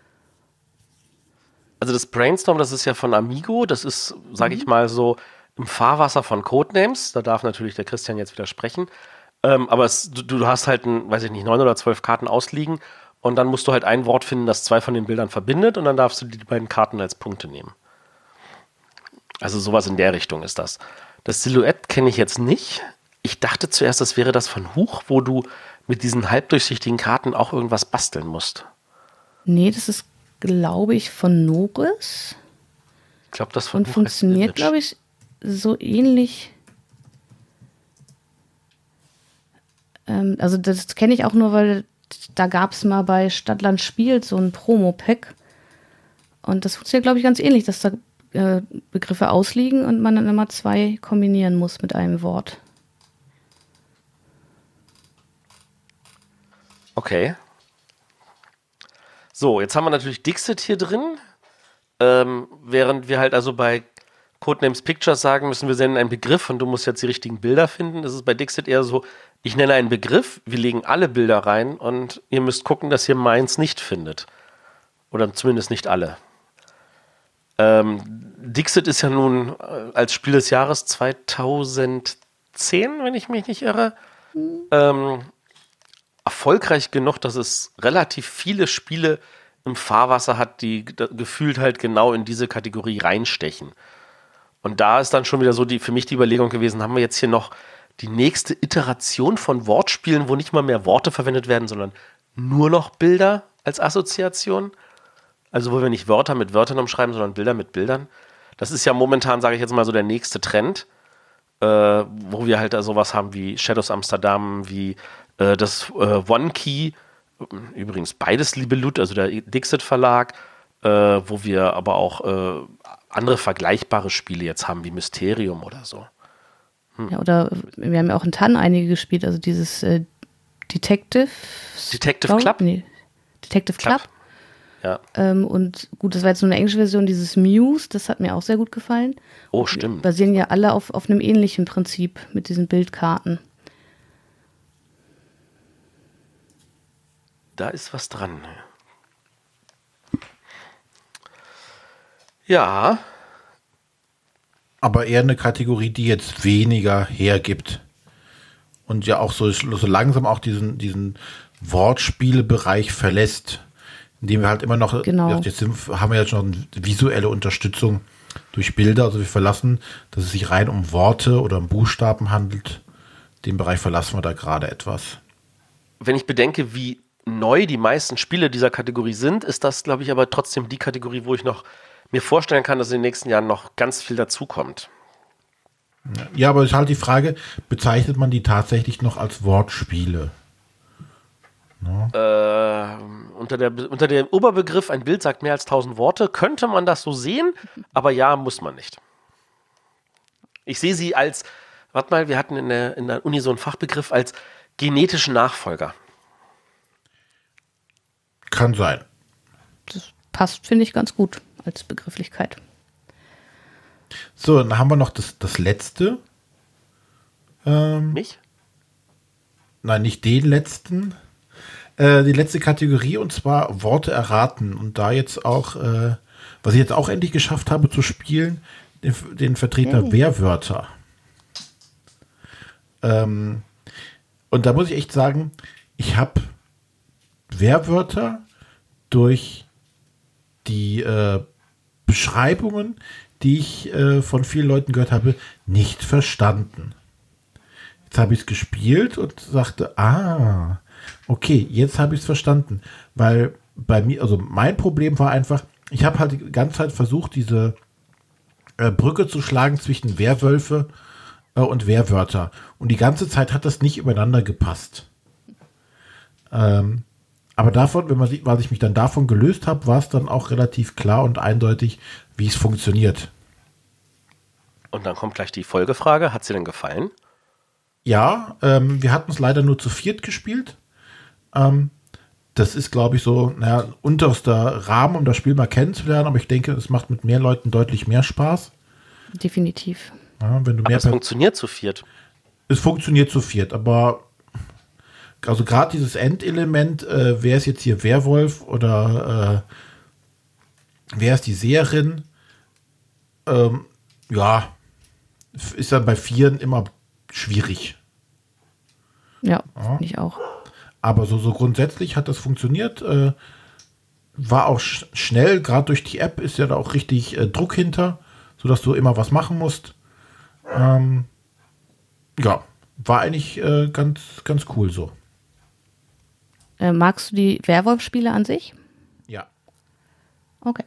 Speaker 3: Also das Brainstorm, das ist ja von Amigo, das ist, sage ich mal so, im Fahrwasser von Codenames. Da darf natürlich der Christian jetzt widersprechen. Ähm, aber es, du, du hast halt, ein, weiß ich nicht, neun oder zwölf Karten ausliegen und dann musst du halt ein Wort finden, das zwei von den Bildern verbindet und dann darfst du die beiden Karten als Punkte nehmen. Also sowas in der Richtung ist das. Das Silhouette kenne ich jetzt nicht. Ich dachte zuerst, das wäre das von Huch, wo du mit diesen halbdurchsichtigen Karten auch irgendwas basteln musst.
Speaker 2: Nee, das ist, glaube ich, von Norris.
Speaker 3: Ich glaube, das von
Speaker 2: Und funktioniert, glaube ich, so ähnlich. Ähm, also das kenne ich auch nur, weil da gab es mal bei Stadtland Spielt so ein Promo-Pack. Und das funktioniert, glaube ich, ganz ähnlich, dass da äh, Begriffe ausliegen und man dann immer zwei kombinieren muss mit einem Wort.
Speaker 3: Okay. So, jetzt haben wir natürlich Dixit hier drin. Ähm, während wir halt also bei Codenames Pictures sagen müssen, wir senden einen Begriff und du musst jetzt die richtigen Bilder finden. Das ist bei Dixit eher so, ich nenne einen Begriff, wir legen alle Bilder rein und ihr müsst gucken, dass ihr meins nicht findet. Oder zumindest nicht alle. Ähm, Dixit ist ja nun als Spiel des Jahres zweitausendzehn, wenn ich mich nicht irre, mhm. ähm, erfolgreich genug, dass es relativ viele Spiele im Fahrwasser hat, die gefühlt halt genau in diese Kategorie reinstechen. Und da ist dann schon wieder so die, für mich die Überlegung gewesen, haben wir jetzt hier noch die nächste Iteration von Wortspielen, wo nicht mal mehr Worte verwendet werden, sondern nur noch Bilder als Assoziation? Also wo wir nicht Wörter mit Wörtern umschreiben, sondern Bilder mit Bildern. Das ist ja momentan, sage ich jetzt mal, so der nächste Trend, äh, wo wir halt da sowas haben wie Shadows Amsterdam, wie äh, das äh, One Key, übrigens beides Libellut, also der Dixit Verlag, äh, wo wir aber auch äh, andere vergleichbare Spiele jetzt haben, wie Mysterium oder so. Hm.
Speaker 2: Ja, oder wir haben ja auch in Tann einige gespielt, also dieses äh, Detective...
Speaker 3: Detective Club?
Speaker 2: Nee, Detective Club.
Speaker 3: Club. Ja.
Speaker 2: Ähm, und gut, das war jetzt nur eine englische Version, dieses Muse, das hat mir auch sehr gut gefallen.
Speaker 3: Oh, stimmt.
Speaker 2: Die basieren ja alle auf, auf einem ähnlichen Prinzip mit diesen Bildkarten.
Speaker 3: Da ist was dran. Ja.
Speaker 1: Aber eher eine Kategorie, die jetzt weniger hergibt. Und ja auch so, so langsam auch diesen, diesen Wortspielebereich verlässt. Indem wir halt immer noch,
Speaker 2: genau.
Speaker 1: jetzt sind, haben wir jetzt noch eine visuelle Unterstützung, durch Bilder. Also wir verlassen, dass es sich rein um Worte oder um Buchstaben handelt. Den Bereich verlassen wir da gerade etwas.
Speaker 3: Wenn ich bedenke, wie neu die meisten Spiele dieser Kategorie sind, ist das, glaube ich, aber trotzdem die Kategorie, wo ich noch mir vorstellen kann, dass in den nächsten Jahren noch ganz viel dazukommt.
Speaker 1: Ja, aber es ist halt die Frage, bezeichnet man die tatsächlich noch als Wortspiele? No.
Speaker 3: Äh, unter, der, unter dem Oberbegriff, ein Bild sagt mehr als tausend Worte, könnte man das so sehen, aber ja, muss man nicht. Ich sehe sie als, warte mal, wir hatten in der, in der Uni so einen Fachbegriff als genetischen Nachfolger.
Speaker 1: Kann sein.
Speaker 2: Das passt, finde ich, ganz gut als Begrifflichkeit.
Speaker 1: So, dann haben wir noch das, das letzte. Ähm,
Speaker 3: Mich?
Speaker 1: Nein, nicht den letzten. Äh, die letzte Kategorie, und zwar Worte erraten. Und da jetzt auch, äh, was ich jetzt auch endlich geschafft habe zu spielen, den, den Vertreter hey. Werwörter. Ähm, und da muss ich echt sagen, ich habe Werwörter durch die äh, Beschreibungen, die ich äh, von vielen Leuten gehört habe, nicht verstanden. Jetzt habe ich es gespielt und sagte, ah, okay, jetzt habe ich es verstanden. Weil bei mir, also mein Problem war einfach, ich habe halt die ganze Zeit versucht, diese äh, Brücke zu schlagen zwischen Werwölfe äh, und Werwörter. Und die ganze Zeit hat das nicht übereinander gepasst. Ähm, aber davon, wenn man sieht, was ich mich dann davon gelöst habe, war es dann auch relativ klar und eindeutig, wie es funktioniert.
Speaker 3: Und dann kommt gleich die Folgefrage, hat sie denn gefallen?
Speaker 1: Ja, ähm, wir hatten es leider nur zu viert gespielt. Ähm, das ist, glaube ich, so naja, ein unterster Rahmen, um das Spiel mal kennenzulernen, aber ich denke, es macht mit mehr Leuten deutlich mehr Spaß.
Speaker 2: Definitiv.
Speaker 1: Ja, wenn du
Speaker 3: aber
Speaker 1: mehr
Speaker 3: es funktioniert zu viert.
Speaker 1: Es funktioniert zu viert, aber also gerade dieses Endelement, äh, wer ist jetzt hier Werwolf oder äh, wer ist die Seherin, ähm, ja, ist dann bei Vieren immer schwierig.
Speaker 2: Ja, ja. Finde ich auch.
Speaker 1: Aber so, so grundsätzlich hat das funktioniert. Äh, war auch sch- schnell, gerade durch die App ist ja da auch richtig äh, Druck hinter, sodass du immer was machen musst. Ähm, ja, war eigentlich äh, ganz, ganz cool so.
Speaker 2: Äh, magst du die Werwolf-Spiele an sich?
Speaker 1: Ja.
Speaker 2: Okay.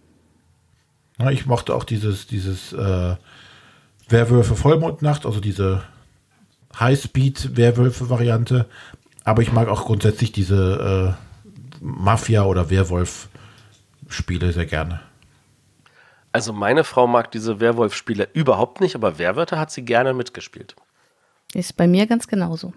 Speaker 1: Ja, ich mochte auch dieses, dieses äh, Werwölfe Vollmondnacht, also diese High-Speed-Werwölfe-Variante. Aber ich mag auch grundsätzlich diese äh, Mafia- oder Werwolf-Spiele sehr gerne.
Speaker 3: Also meine Frau mag diese Werwolf-Spiele überhaupt nicht, aber Werwörter hat sie gerne mitgespielt.
Speaker 2: Ist bei mir ganz genauso.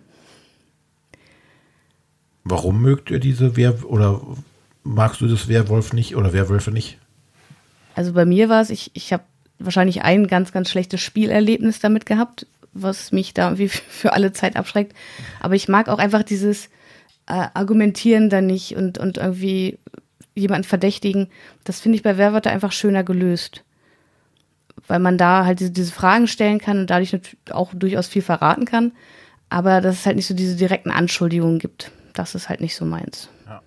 Speaker 1: Warum mögt ihr diese Wer- oder magst du das Werwolf nicht oder Werwölfe nicht?
Speaker 2: Also bei mir war es, ich, ich habe wahrscheinlich ein ganz, ganz schlechtes Spielerlebnis damit gehabt, was mich da irgendwie für alle Zeit abschreckt. Aber ich mag auch einfach dieses äh, Argumentieren da nicht und, und irgendwie jemanden verdächtigen. Das finde ich bei Werwörter einfach schöner gelöst. Weil man da halt diese, diese Fragen stellen kann und dadurch auch durchaus viel verraten kann. Aber dass es halt nicht so diese direkten Anschuldigungen gibt. Das ist halt nicht so meins.
Speaker 1: Ja.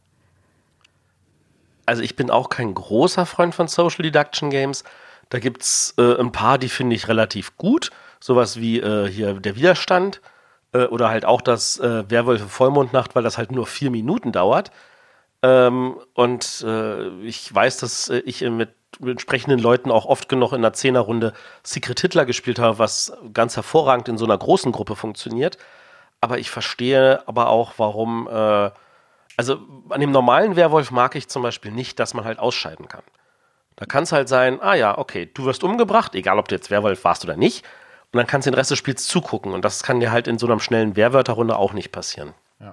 Speaker 3: Also ich bin auch kein großer Freund von Social Deduction Games. Da gibt es äh, ein paar, die finde ich relativ gut. Sowas wie äh, hier der Widerstand äh, oder halt auch das äh, Werwölfe Vollmondnacht, weil das halt nur vier Minuten dauert. Ähm, und äh, ich weiß, dass äh, ich mit, mit entsprechenden Leuten auch oft genug in einer Zehnerrunde Secret Hitler gespielt habe, was ganz hervorragend in so einer großen Gruppe funktioniert. Aber ich verstehe aber auch, warum, äh, also an dem normalen Werwolf mag ich zum Beispiel nicht, dass man halt ausscheiden kann. Da kann es halt sein, ah ja, okay, du wirst umgebracht, egal ob du jetzt Werwolf warst oder nicht. Und dann kannst du den Rest des Spiels zugucken. Und das kann dir halt in so einer schnellen Werwörterrunde auch nicht passieren.
Speaker 1: Ja.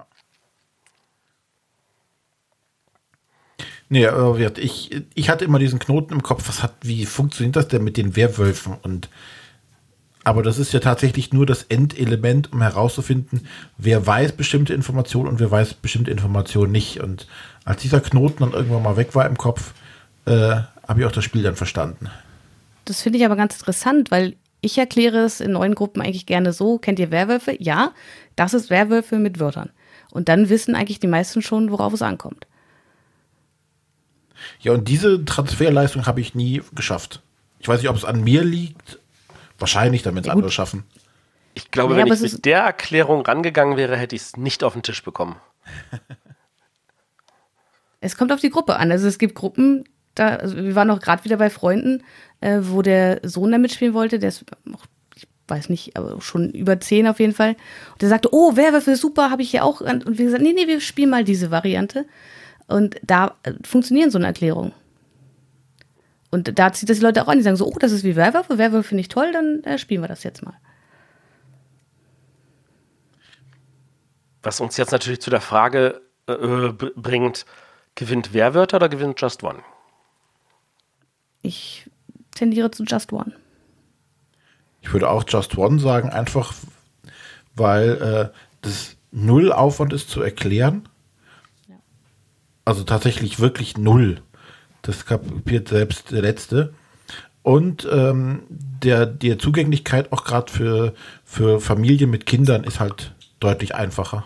Speaker 1: Nee, aber ich, ich hatte immer diesen Knoten im Kopf, was hat, wie funktioniert das denn mit den Werwölfen? Und aber das ist ja tatsächlich nur das Endelement, um herauszufinden, wer weiß bestimmte Informationen und wer weiß bestimmte Informationen nicht. Und als dieser Knoten dann irgendwann mal weg war im Kopf, äh, habe ich auch das Spiel dann verstanden.
Speaker 2: Das finde ich aber ganz interessant, weil ich erkläre es in neuen Gruppen eigentlich gerne so, kennt ihr Werwölfe? Ja, das ist Werwölfe mit Wörtern. Und dann wissen eigentlich die meisten schon, worauf es ankommt.
Speaker 1: Ja, und diese Transferleistung habe ich nie geschafft. Ich weiß nicht, ob es an mir liegt. Wahrscheinlich, damit es
Speaker 2: Ja,
Speaker 1: andere schaffen.
Speaker 3: Ich glaube,
Speaker 2: Ja,
Speaker 3: wenn
Speaker 2: aber
Speaker 3: ich
Speaker 2: es
Speaker 3: mit
Speaker 2: ist-
Speaker 3: der Erklärung rangegangen wäre, hätte ich es nicht auf den Tisch bekommen.
Speaker 2: Es kommt auf die Gruppe an. Also es gibt Gruppen, da, also wir waren auch gerade wieder bei Freunden, äh, wo der Sohn da mitspielen wollte, der ist auch, ich weiß nicht, aber schon über zehn auf jeden Fall. Und der sagte, oh, Werwölfe, super, habe ich ja auch. Und wir gesagt, nee, nee, wir spielen mal diese Variante. Und da äh, funktionieren so eine Erklärung. Und da zieht das die Leute auch an, die sagen so, oh, das ist wie Werwölfe, Werwölfe finde ich toll, dann äh, spielen wir das jetzt mal.
Speaker 3: Was uns jetzt natürlich zu der Frage äh, b- bringt, gewinnt Werwörter oder gewinnt Just One?
Speaker 2: Ich tendiere zu Just One.
Speaker 1: Ich würde auch Just One sagen, einfach weil äh, das null Aufwand ist zu erklären.
Speaker 2: Ja.
Speaker 1: Also tatsächlich wirklich null. Das kapiert selbst der Letzte. Und ähm, der, die Zugänglichkeit auch gerade für, für Familien mit Kindern ist halt deutlich einfacher.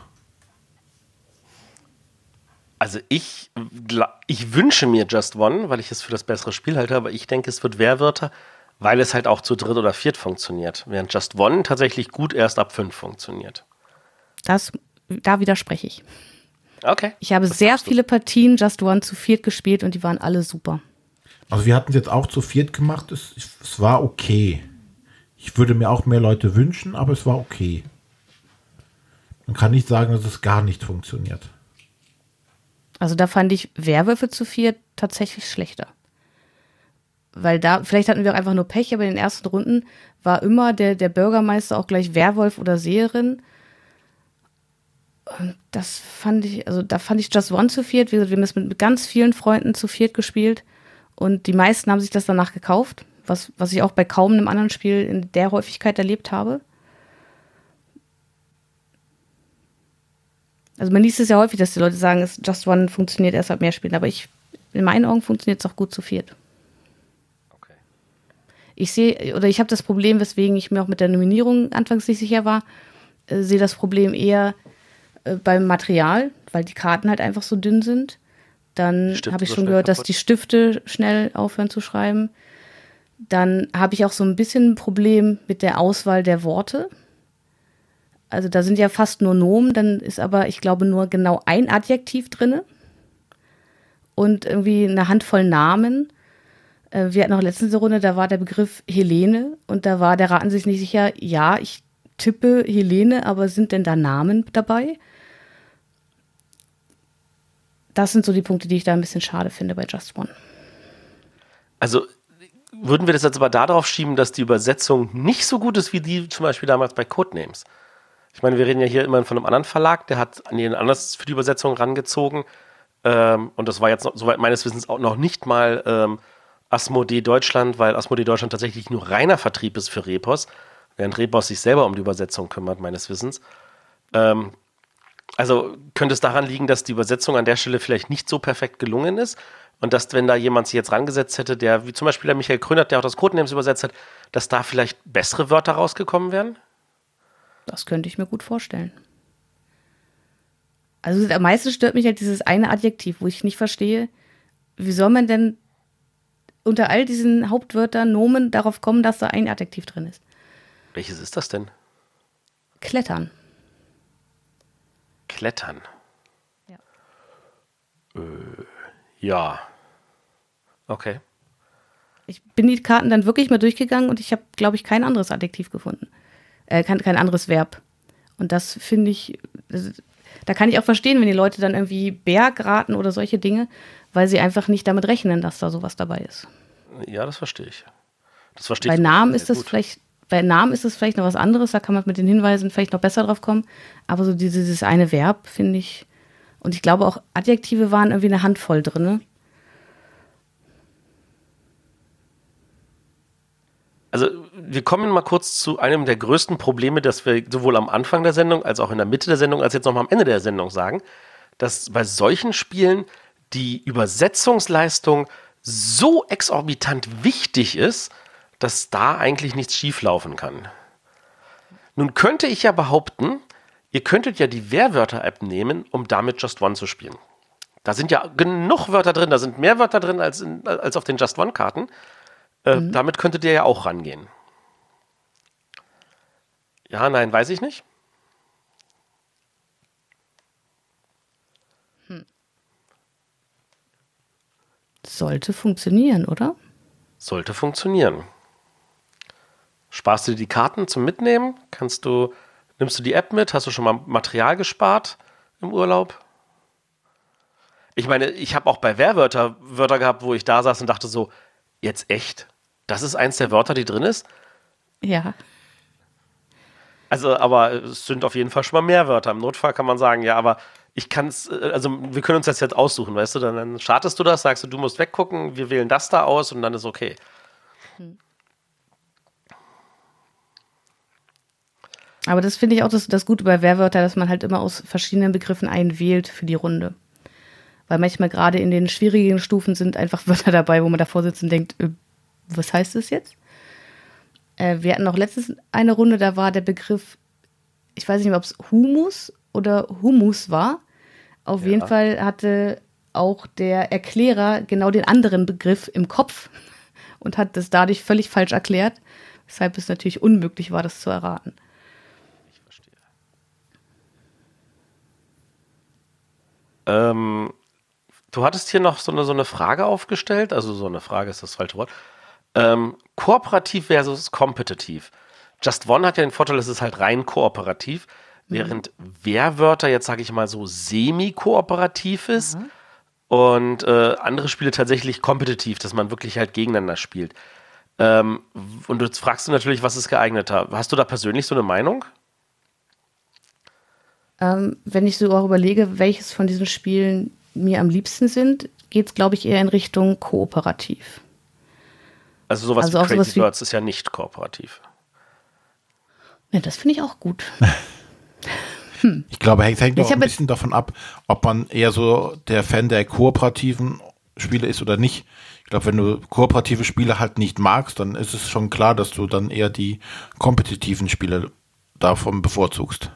Speaker 3: Also ich, gla- ich wünsche mir Just One, weil ich es für das bessere Spiel halte, aber ich denke, es wird Werwörter, weil es halt auch zu dritt oder viert funktioniert. Während Just One tatsächlich gut erst ab fünf funktioniert.
Speaker 2: Das, da widerspreche ich.
Speaker 3: Okay.
Speaker 2: Ich habe
Speaker 3: Das
Speaker 2: sehr
Speaker 3: darfst du.
Speaker 2: viele Partien Just One zu viert gespielt und die waren alle super.
Speaker 1: Also wir hatten es jetzt auch zu viert gemacht. Es, es war okay. Ich würde mir auch mehr Leute wünschen, aber es war okay. Man kann nicht sagen, dass es gar nicht funktioniert.
Speaker 2: Also da fand ich Werwölfe zu viert tatsächlich schlechter. Weil da, vielleicht hatten wir auch einfach nur Pech, aber in den ersten Runden war immer der, der Bürgermeister auch gleich Werwolf oder Seherin. Und das fand ich, also da fand ich Just One zu viert. Wie gesagt, wir haben das mit ganz vielen Freunden zu viert gespielt. Und die meisten haben sich das danach gekauft, was, was ich auch bei kaum einem anderen Spiel in der Häufigkeit erlebt habe. Also man liest es ja häufig, dass die Leute sagen, es Just One funktioniert erst ab mehr Spielen. Aber ich, in meinen Augen funktioniert es auch gut zu viert.
Speaker 3: Okay.
Speaker 2: Ich sehe, oder ich habe das Problem, weswegen ich mir auch mit der Nominierung anfangs nicht sicher war, äh, sehe das Problem eher äh, beim Material, weil die Karten halt einfach so dünn sind. Dann
Speaker 3: Stifte
Speaker 2: habe ich
Speaker 3: so
Speaker 2: schon
Speaker 3: schnell
Speaker 2: gehört, dass
Speaker 3: kaputt.
Speaker 2: die Stifte schnell aufhören zu schreiben. Dann habe ich auch so ein bisschen ein Problem mit der Auswahl der Worte. Also da sind ja fast nur Nomen, dann ist aber, ich glaube, nur genau ein Adjektiv drin und irgendwie eine Handvoll Namen. Äh, wir hatten noch letztens eine Runde, da war der Begriff Helene und da war der Raten sich nicht sicher, ja, ich tippe Helene, aber sind denn da Namen dabei? Das sind so die Punkte, die ich da ein bisschen schade finde bei Just One.
Speaker 3: Also würden wir das jetzt aber darauf schieben, dass die Übersetzung nicht so gut ist wie die zum Beispiel damals bei Codenames. Ich meine, wir reden ja hier immer von einem anderen Verlag, der hat jemand anders für die Übersetzung rangezogen. Ähm, und das war jetzt, noch, soweit meines Wissens, auch noch nicht mal ähm, Asmodee Deutschland, weil Asmodee Deutschland tatsächlich nur reiner Vertrieb ist für Repos, während Repos sich selber um die Übersetzung kümmert, meines Wissens. Ähm, also könnte es daran liegen, dass die Übersetzung an der Stelle vielleicht nicht so perfekt gelungen ist und dass, wenn da jemand sich jetzt rangesetzt hätte, der, wie zum Beispiel der Michael Krönert, der auch das Codenames übersetzt hat, dass da vielleicht bessere Wörter rausgekommen wären?
Speaker 2: Das könnte ich mir gut vorstellen. Also am meisten stört mich halt dieses eine Adjektiv, wo ich nicht verstehe, wie soll man denn unter all diesen Hauptwörtern, Nomen darauf kommen, dass da ein Adjektiv drin ist.
Speaker 3: Welches ist das denn?
Speaker 2: Klettern.
Speaker 3: Klettern.
Speaker 2: Ja.
Speaker 3: Äh, ja. Okay.
Speaker 2: Ich bin die Karten dann wirklich mal durchgegangen und ich habe, glaube ich, kein anderes Adjektiv gefunden. Äh, kein, kein anderes Verb. Und das finde ich, das, da kann ich auch verstehen, wenn die Leute dann irgendwie Berg raten oder solche Dinge, weil sie einfach nicht damit rechnen, dass da sowas dabei ist.
Speaker 3: Ja, das verstehe ich. Das verstehe
Speaker 2: Bei
Speaker 3: ich
Speaker 2: Namen
Speaker 3: sehr
Speaker 2: ist das
Speaker 3: gut.
Speaker 2: vielleicht, bei Namen ist das vielleicht noch was anderes, da kann man mit den Hinweisen vielleicht noch besser drauf kommen. Aber so dieses, dieses eine Verb, finde ich, und ich glaube auch Adjektive waren irgendwie eine Handvoll drin. Ne?
Speaker 3: Also wir kommen mal kurz zu einem der größten Probleme, das wir sowohl am Anfang der Sendung als auch in der Mitte der Sendung, als jetzt nochmal am Ende der Sendung sagen, dass bei solchen Spielen die Übersetzungsleistung so exorbitant wichtig ist, dass da eigentlich nichts schieflaufen kann. Nun könnte ich ja behaupten, ihr könntet ja die Werwörter-App nehmen, um damit Just One zu spielen. Da sind ja genug Wörter drin, da sind mehr Wörter drin als, in, als auf den Just One-Karten. Äh, mhm. Damit könntet ihr ja auch rangehen. Ja, nein, weiß ich nicht.
Speaker 2: Hm. Sollte funktionieren, oder?
Speaker 3: Sollte funktionieren. Sparst du dir die Karten zum Mitnehmen? Kannst du, nimmst du die App mit? Hast du schon mal Material gespart im Urlaub? Ich meine, ich habe auch bei Werwörter Wörter gehabt, wo ich da saß und dachte so, jetzt echt? Das ist eins der Wörter, die drin ist?
Speaker 2: Ja.
Speaker 3: Also, aber es sind auf jeden Fall schon mal mehr Wörter. Im Notfall kann man sagen, ja, aber ich kann es, also wir können uns das jetzt aussuchen, weißt du? Dann, dann startest du das, sagst du, du musst weggucken, wir wählen das da aus und dann ist okay. Hm.
Speaker 2: Aber das finde ich auch das, das Gute bei Werwörter, dass man halt immer aus verschiedenen Begriffen einen wählt für die Runde. Weil manchmal gerade in den schwierigen Stufen sind einfach Wörter dabei, wo man davor sitzt und denkt, äh, was heißt das jetzt? Äh, wir hatten auch letztens eine Runde, da war der Begriff, ich weiß nicht mehr, ob es Humus oder Hummus war. Auf ja. jeden Fall hatte auch der Erklärer genau den anderen Begriff im Kopf und hat das dadurch völlig falsch erklärt, weshalb es natürlich unmöglich war, das zu erraten.
Speaker 3: Ich verstehe. Ähm, du hattest hier noch so eine, so eine Frage aufgestellt, also so eine Frage ist das falsche Wort. Ähm, kooperativ versus kompetitiv. Just One hat ja den Vorteil, es ist halt rein kooperativ, mhm. während Werwörter jetzt, sage ich mal, so semi-kooperativ ist mhm. und äh, andere Spiele tatsächlich kompetitiv, dass man wirklich halt gegeneinander spielt. Ähm, und jetzt fragst du natürlich, was ist geeigneter? Hast du da persönlich so eine Meinung?
Speaker 2: Ähm, wenn ich so auch überlege, welches von diesen Spielen mir am liebsten sind, geht es, glaube ich, eher in Richtung kooperativ.
Speaker 3: Also sowas
Speaker 2: also
Speaker 3: wie
Speaker 2: Crazy
Speaker 3: Crazy Birds ist ja nicht kooperativ.
Speaker 2: Ja, das finde ich auch gut.
Speaker 1: hm. Ich glaube, es hängt auch ein bisschen davon ab, ob man eher so der Fan der kooperativen Spiele ist oder nicht. Ich glaube, wenn du kooperative Spiele halt nicht magst, dann ist es schon klar, dass du dann eher die kompetitiven Spiele davon bevorzugst.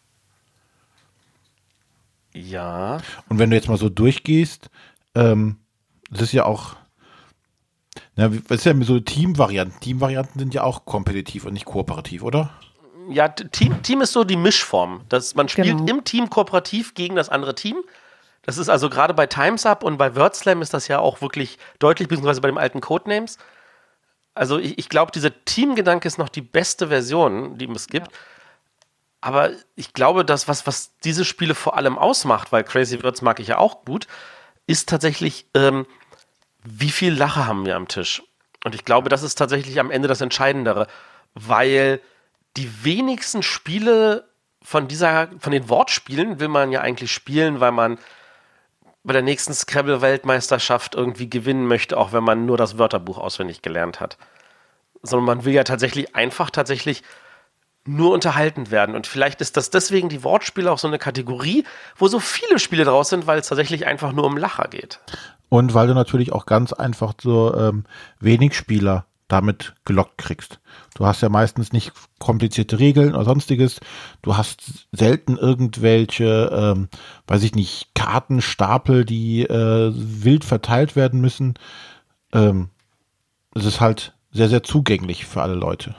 Speaker 3: Ja.
Speaker 1: Und wenn du jetzt mal so durchgehst, ähm, das ist ja auch Ja, was ist ja so Team-Varianten? Team-Varianten sind ja auch kompetitiv und nicht kooperativ, oder?
Speaker 3: Ja, Team, Team ist so die Mischform. Das, man spielt genau. im Team kooperativ gegen das andere Team. Das ist also gerade bei Time's Up und bei WordSlam ist das ja auch wirklich deutlich, beziehungsweise bei dem alten Codenames. Also ich, ich glaube, dieser Teamgedanke ist noch die beste Version, die es gibt. Ja. Aber ich glaube, dass was, was diese Spiele vor allem ausmacht, weil Crazy Words mag ich ja auch gut, ist tatsächlich ähm, wie viel Lache haben wir am Tisch? Und ich glaube, das ist tatsächlich am Ende das Entscheidendere, weil die wenigsten Spiele von dieser, von den Wortspielen will man ja eigentlich spielen, weil man bei der nächsten Scrabble-Weltmeisterschaft irgendwie gewinnen möchte, auch wenn man nur das Wörterbuch auswendig gelernt hat. Sondern man will ja tatsächlich einfach tatsächlich nur unterhalten werden. Und vielleicht ist das deswegen die Wortspiele auch so eine Kategorie, wo so viele Spiele draus sind, weil es tatsächlich einfach nur um Lacher geht.
Speaker 1: Und weil du natürlich auch ganz einfach so ähm, wenig Spieler damit gelockt kriegst. Du hast ja meistens nicht komplizierte Regeln oder sonstiges. Du hast selten irgendwelche, ähm, weiß ich nicht, Kartenstapel, die äh, wild verteilt werden müssen. Ähm, es ist halt sehr, sehr zugänglich für alle Leute.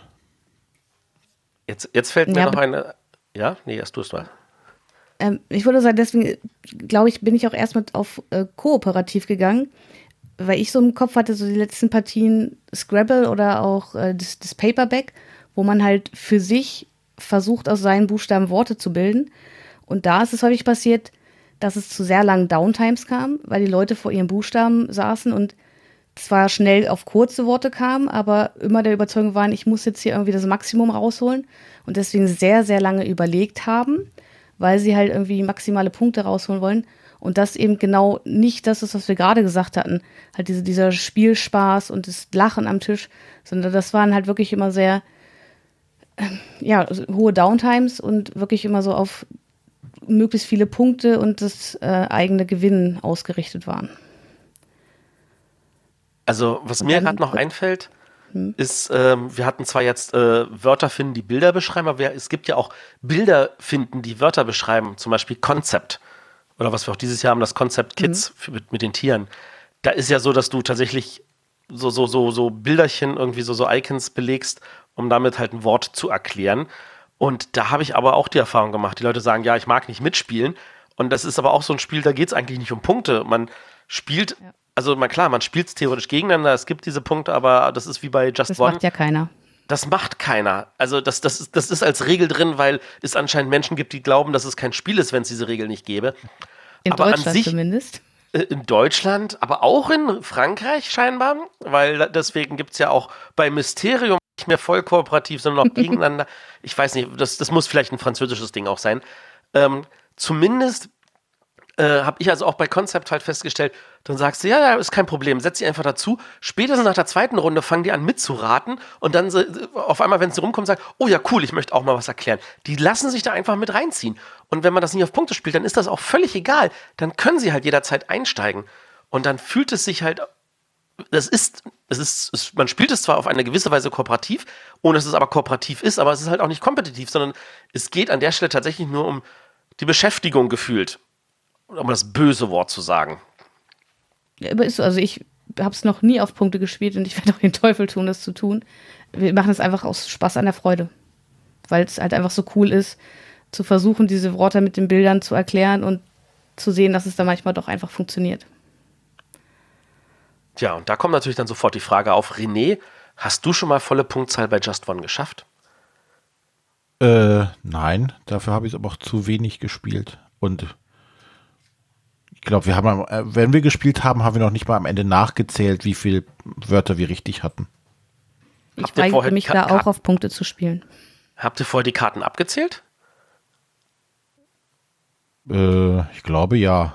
Speaker 3: Jetzt, jetzt fällt mir ja, noch eine... Ja? Nee, erst du es mal.
Speaker 2: Ähm, ich würde sagen, deswegen, glaube ich, bin ich auch erst mit auf äh, kooperativ gegangen, weil ich so im Kopf hatte, so die letzten Partien Scrabble oder auch äh, das, das Paperback, wo man halt für sich versucht, aus seinen Buchstaben Worte zu bilden. Und da ist es häufig passiert, dass es zu sehr langen Downtimes kam, weil die Leute vor ihren Buchstaben saßen und zwar schnell auf kurze Worte kamen, aber immer der Überzeugung waren, ich muss jetzt hier irgendwie das Maximum rausholen und deswegen sehr, sehr lange überlegt haben, weil sie halt irgendwie maximale Punkte rausholen wollen. Und das eben genau nicht das ist, was wir gerade gesagt hatten. Halt diese, dieser Spielspaß und das Lachen am Tisch, sondern das waren halt wirklich immer sehr äh, ja, hohe Downtimes und wirklich immer so auf möglichst viele Punkte und das äh, eigene Gewinnen ausgerichtet waren.
Speaker 3: Also, was mir gerade noch einfällt, hm. ist, ähm, wir hatten zwar jetzt äh, Wörter finden, die Bilder beschreiben, aber wir, es gibt ja auch Bilder finden, die Wörter beschreiben, zum Beispiel Konzept. Oder was wir auch dieses Jahr haben, das Konzept Kids hm. für, mit, mit den Tieren. Da ist ja so, dass du tatsächlich so, so, so, so Bilderchen, irgendwie so, so Icons belegst, um damit halt ein Wort zu erklären. Und da habe ich aber auch die Erfahrung gemacht. Die Leute sagen, ja, ich mag nicht mitspielen. Und das ist aber auch so ein Spiel, da geht es eigentlich nicht um Punkte. Man spielt, ja. also man, klar, man spielt es theoretisch gegeneinander, es gibt diese Punkte, aber das ist wie bei Just
Speaker 2: das
Speaker 3: One.
Speaker 2: Das macht ja keiner.
Speaker 3: Das macht keiner. Also das, das, ist, das ist als Regel drin, weil es anscheinend Menschen gibt, die glauben, dass es kein Spiel ist, wenn es diese Regel nicht gäbe.
Speaker 2: In
Speaker 3: aber
Speaker 2: Deutschland
Speaker 3: an sich,
Speaker 2: zumindest.
Speaker 3: In Deutschland, aber auch in Frankreich scheinbar, weil deswegen gibt es ja auch bei Mysterium nicht mehr voll kooperativ, sondern noch gegeneinander. Ich weiß nicht, das, das muss vielleicht ein französisches Ding auch sein. Ähm, zumindest äh, habe ich also auch bei Concept halt festgestellt, dann sagst du, ja, ja, ist kein Problem, setz dich einfach dazu. Spätestens nach der zweiten Runde fangen die an mitzuraten und dann so, auf einmal, wenn sie rumkommen, sagen, oh ja, cool, ich möchte auch mal was erklären. Die lassen sich da einfach mit reinziehen. Und wenn man das nicht auf Punkte spielt, dann ist das auch völlig egal. Dann können sie halt jederzeit einsteigen. Und dann fühlt es sich halt, das ist, es ist, es, man spielt es zwar auf eine gewisse Weise kooperativ, ohne dass es aber kooperativ ist, aber es ist halt auch nicht kompetitiv, sondern es geht an der Stelle tatsächlich nur um die Beschäftigung gefühlt. Um das böse Wort zu sagen.
Speaker 2: Ja, aber ist so, also ich habe es noch nie auf Punkte gespielt und ich werde auch den Teufel tun, das zu tun. Wir machen es einfach aus Spaß an der Freude. Weil es halt einfach so cool ist, zu versuchen, diese Worte mit den Bildern zu erklären und zu sehen, dass es dann manchmal doch einfach funktioniert.
Speaker 3: Tja, und da kommt natürlich dann sofort die Frage auf, René, hast du schon mal volle Punktzahl bei Just One geschafft?
Speaker 1: Äh, nein, dafür habe ich es aber auch zu wenig gespielt. Und ich glaube, wir haben, wenn wir gespielt haben, haben wir noch nicht mal am Ende nachgezählt, wie viele Wörter wir richtig hatten.
Speaker 2: Ich weigere mich da auch auf Punkte zu spielen.
Speaker 3: Habt ihr vorher die Karten abgezählt?
Speaker 1: Äh, ich glaube, ja.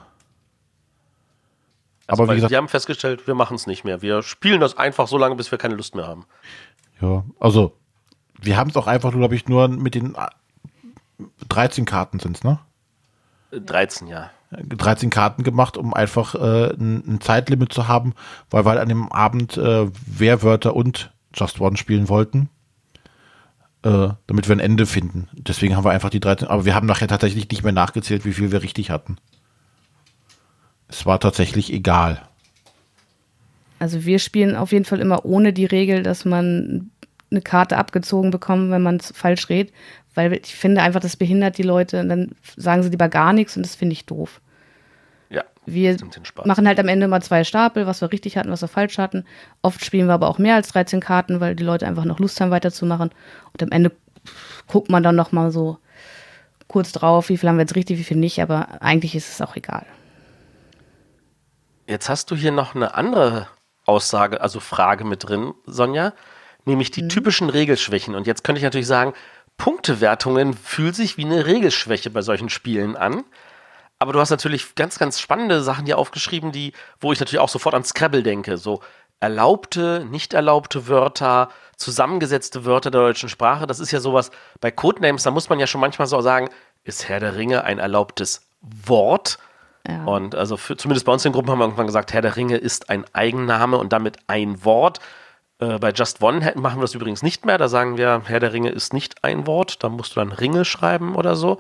Speaker 3: Also,
Speaker 1: aber wie gesagt,
Speaker 3: wir haben festgestellt, wir machen es nicht mehr. Wir spielen das einfach so lange, bis wir keine Lust mehr haben.
Speaker 1: Ja, also wir haben es auch einfach, glaube ich, nur mit den dreizehn Karten sind es, ne?
Speaker 3: dreizehn, ja.
Speaker 1: dreizehn Karten gemacht, um einfach äh, ein, ein Zeitlimit zu haben, weil wir an dem Abend äh, Wehrwörter und Just One spielen wollten, äh, damit wir ein Ende finden. Deswegen haben wir einfach die dreizehn, aber wir haben nachher tatsächlich nicht mehr nachgezählt, wie viel wir richtig hatten. Es war tatsächlich egal.
Speaker 2: Also wir spielen auf jeden Fall immer ohne die Regel, dass man eine Karte abgezogen bekommt, wenn man es falsch redet, weil ich finde einfach, das behindert die Leute und dann sagen sie lieber gar nichts und das finde ich doof.
Speaker 3: Ja,
Speaker 2: wir machen halt am Ende mal zwei Stapel, was wir richtig hatten, was wir falsch hatten. Oft spielen wir aber auch mehr als dreizehn Karten, weil die Leute einfach noch Lust haben, weiterzumachen. Und am Ende guckt man dann noch mal so kurz drauf, wie viel haben wir jetzt richtig, wie viel nicht, aber eigentlich ist es auch egal.
Speaker 3: Jetzt hast du hier noch eine andere Aussage, also Frage mit drin, Sonja, nämlich die mhm. typischen Regelschwächen. Und jetzt könnte ich natürlich sagen, Punktewertungen fühlen sich wie eine Regelschwäche bei solchen Spielen an. Aber du hast natürlich ganz, ganz spannende Sachen hier aufgeschrieben, die, wo ich natürlich auch sofort an Scrabble denke. So erlaubte, nicht erlaubte Wörter, zusammengesetzte Wörter der deutschen Sprache. Das ist ja sowas bei Codenames, da muss man ja schon manchmal so sagen, ist Herr der Ringe ein erlaubtes Wort? Ja. Und also für, zumindest bei uns in den Gruppen haben wir irgendwann gesagt, Herr der Ringe ist ein Eigenname und damit ein Wort. Äh, bei Just One machen wir das übrigens nicht mehr. Da sagen wir, Herr der Ringe ist nicht ein Wort. Da musst du dann Ringe schreiben oder so.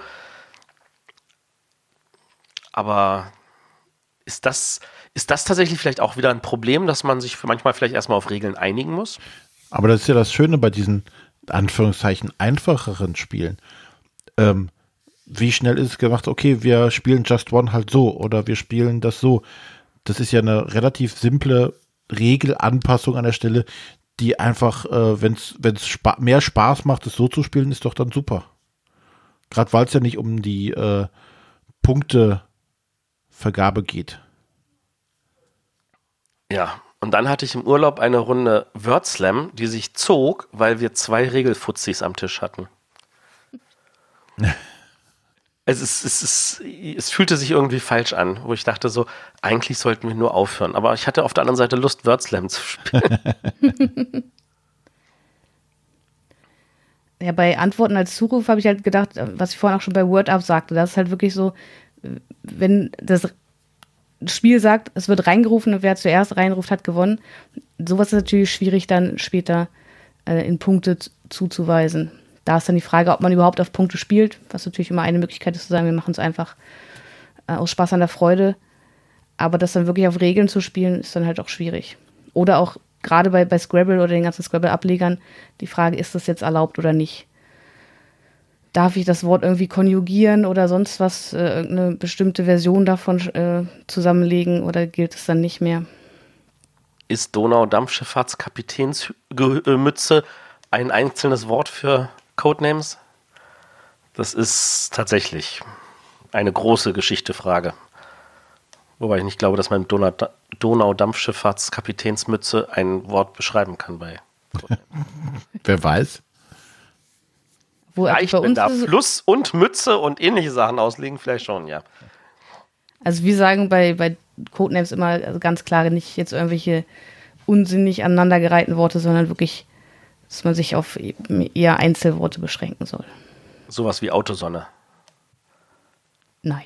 Speaker 3: Aber ist das, ist das tatsächlich vielleicht auch wieder ein Problem, dass man sich für manchmal vielleicht erstmal auf Regeln einigen muss?
Speaker 1: Aber das ist ja das Schöne bei diesen, Anführungszeichen, einfacheren Spielen. Ähm, wie schnell ist es gemacht, okay, wir spielen Just One halt so oder wir spielen das so. Das ist ja eine relativ simple Regelanpassung an der Stelle, die einfach, äh, wenn es spa- mehr Spaß macht, es so zu spielen, ist doch dann super. Gerade weil es ja nicht um die äh, Punktevergabe geht.
Speaker 3: Ja, und dann hatte ich im Urlaub eine Runde Wordslam, die sich zog, weil wir zwei Regelfuzzis am Tisch hatten. Es, ist, es, ist, es fühlte sich irgendwie falsch an, wo ich dachte so, eigentlich sollten wir nur aufhören. Aber ich hatte auf der anderen Seite Lust, Wordslam zu spielen.
Speaker 2: Ja, bei Antworten als Zuruf habe ich halt gedacht, was ich vorhin auch schon bei Word Up sagte, das ist halt wirklich so, wenn das Spiel sagt, es wird reingerufen und wer zuerst reinruft, hat gewonnen. Sowas ist natürlich schwierig dann später äh, in Punkte z- zuzuweisen. Da ist dann die Frage, ob man überhaupt auf Punkte spielt, was natürlich immer eine Möglichkeit ist zu sagen, wir machen es einfach äh, aus Spaß an der Freude. Aber das dann wirklich auf Regeln zu spielen, ist dann halt auch schwierig. Oder auch gerade bei, bei Scrabble oder den ganzen Scrabble-Ablegern die Frage, ist das jetzt erlaubt oder nicht? Darf ich das Wort irgendwie konjugieren oder sonst was, äh, irgendeine bestimmte Version davon äh, zusammenlegen oder gilt es dann nicht mehr?
Speaker 3: Ist Donau-Dampfschifffahrtskapitänsmütze ein einzelnes Wort für Codenames? Das ist tatsächlich eine große Geschichtefrage. Wobei ich nicht glaube, dass man mit Donau- Donau-Dampfschifffahrtskapitänsmütze ein Wort beschreiben kann bei Codenames.
Speaker 1: Wer weiß?
Speaker 2: Wo
Speaker 3: Reicht,
Speaker 2: bei
Speaker 3: wenn
Speaker 2: uns
Speaker 3: da
Speaker 2: ist es-
Speaker 3: Fluss und Mütze und ähnliche Sachen auslegen, vielleicht schon, ja.
Speaker 2: Also wir sagen bei, bei Codenames immer also ganz klar nicht jetzt irgendwelche unsinnig aneinandergereihten Worte, sondern wirklich, dass man sich auf eher Einzelworte beschränken soll.
Speaker 3: Sowas wie Autosonne.
Speaker 2: Nein.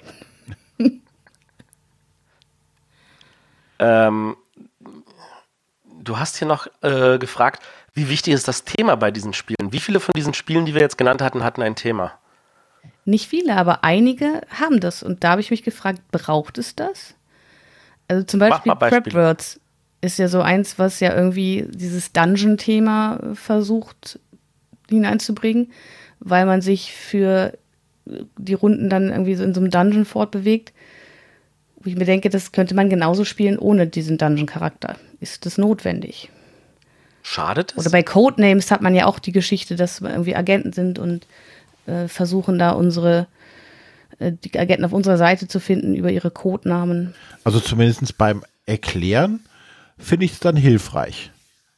Speaker 3: Ähm, du hast hier noch äh, gefragt, wie wichtig ist das Thema bei diesen Spielen? Wie viele von diesen Spielen, die wir jetzt genannt hatten, hatten ein Thema?
Speaker 2: Nicht viele, aber einige haben das. Und da habe ich mich gefragt, braucht es das? Also zum Beispiel
Speaker 3: Mach mal Beispiele.
Speaker 2: Crapwords ist ja so eins, was ja irgendwie dieses Dungeon-Thema versucht hineinzubringen, weil man sich für die Runden dann irgendwie so in so einem Dungeon fortbewegt. Wo ich mir denke, das könnte man genauso spielen ohne diesen Dungeon-Charakter. Ist das notwendig?
Speaker 3: Schadet es?
Speaker 2: Oder bei Codenames hat man ja auch die Geschichte, dass wir irgendwie Agenten sind und äh, versuchen da unsere äh, die Agenten auf unserer Seite zu finden über ihre Codenamen.
Speaker 1: Also zumindest beim Erklären finde ich es dann hilfreich.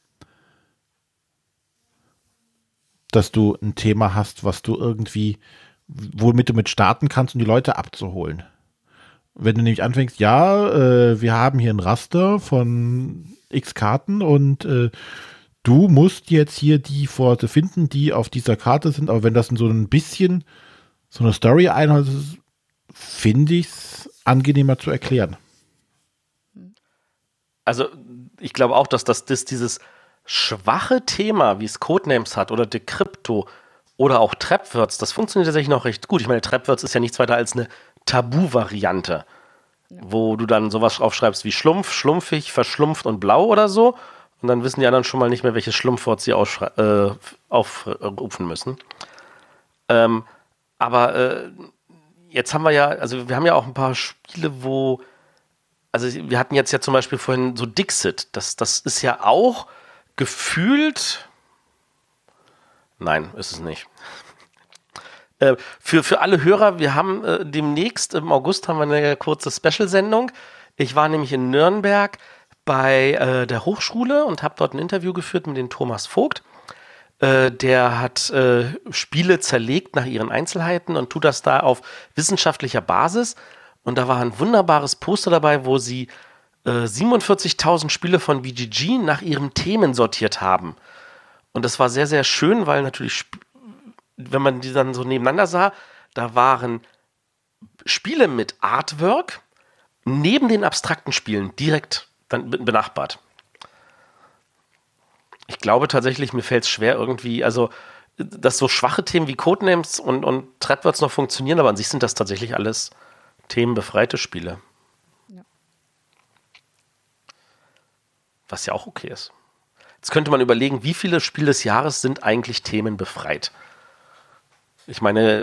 Speaker 1: Dass du ein Thema hast, was du irgendwie, womit du mit starten kannst, um die Leute abzuholen. Wenn du nämlich anfängst, ja, äh, wir haben hier ein Raster von x Karten und äh, du musst jetzt hier die Worte finden, die auf dieser Karte sind, aber wenn das in so ein bisschen so eine Story-Einheit ist, finde ich es angenehmer zu erklären.
Speaker 3: Also ich glaube auch, dass das, das dieses schwache Thema, wie es Codenames hat oder Decrypto oder auch Trapwords, das funktioniert tatsächlich noch recht gut. Ich meine, Trapwords ist ja nichts weiter als eine Tabu-Variante, ja, wo du dann sowas aufschreibst wie Schlumpf, schlumpfig, verschlumpft und blau oder so. Und dann wissen die anderen schon mal nicht mehr, welches Schlumpfwort sie äh, aufrufen müssen. Ähm, aber äh, jetzt haben wir ja, also wir haben ja auch ein paar Spiele, wo, also wir hatten jetzt ja zum Beispiel vorhin so Dixit. Das, das ist ja auch gefühlt, nein, ist es nicht. Äh, für, für alle Hörer, wir haben äh, demnächst, im August haben wir eine kurze Special-Sendung. Ich war nämlich in Nürnberg bei äh, der Hochschule und habe dort ein Interview geführt mit dem Thomas Vogt. Äh, der hat äh, Spiele zerlegt nach ihren Einzelheiten und tut das da auf wissenschaftlicher Basis. Und da war ein wunderbares Poster dabei, wo sie äh, siebenundvierzigtausend Spiele von V G G nach ihren Themen sortiert haben. Und das war sehr, sehr schön, weil natürlich Sp- wenn man die dann so nebeneinander sah, da waren Spiele mit Artwork neben den abstrakten Spielen direkt dann benachbart. Ich glaube tatsächlich, mir fällt es schwer irgendwie, also dass so schwache Themen wie Codenames und, und Trapwords noch funktionieren, aber an sich sind das tatsächlich alles themenbefreite Spiele.
Speaker 2: Ja.
Speaker 3: Was ja auch okay ist. Jetzt könnte man überlegen, wie viele Spiele des Jahres sind eigentlich themenbefreit? Ich meine,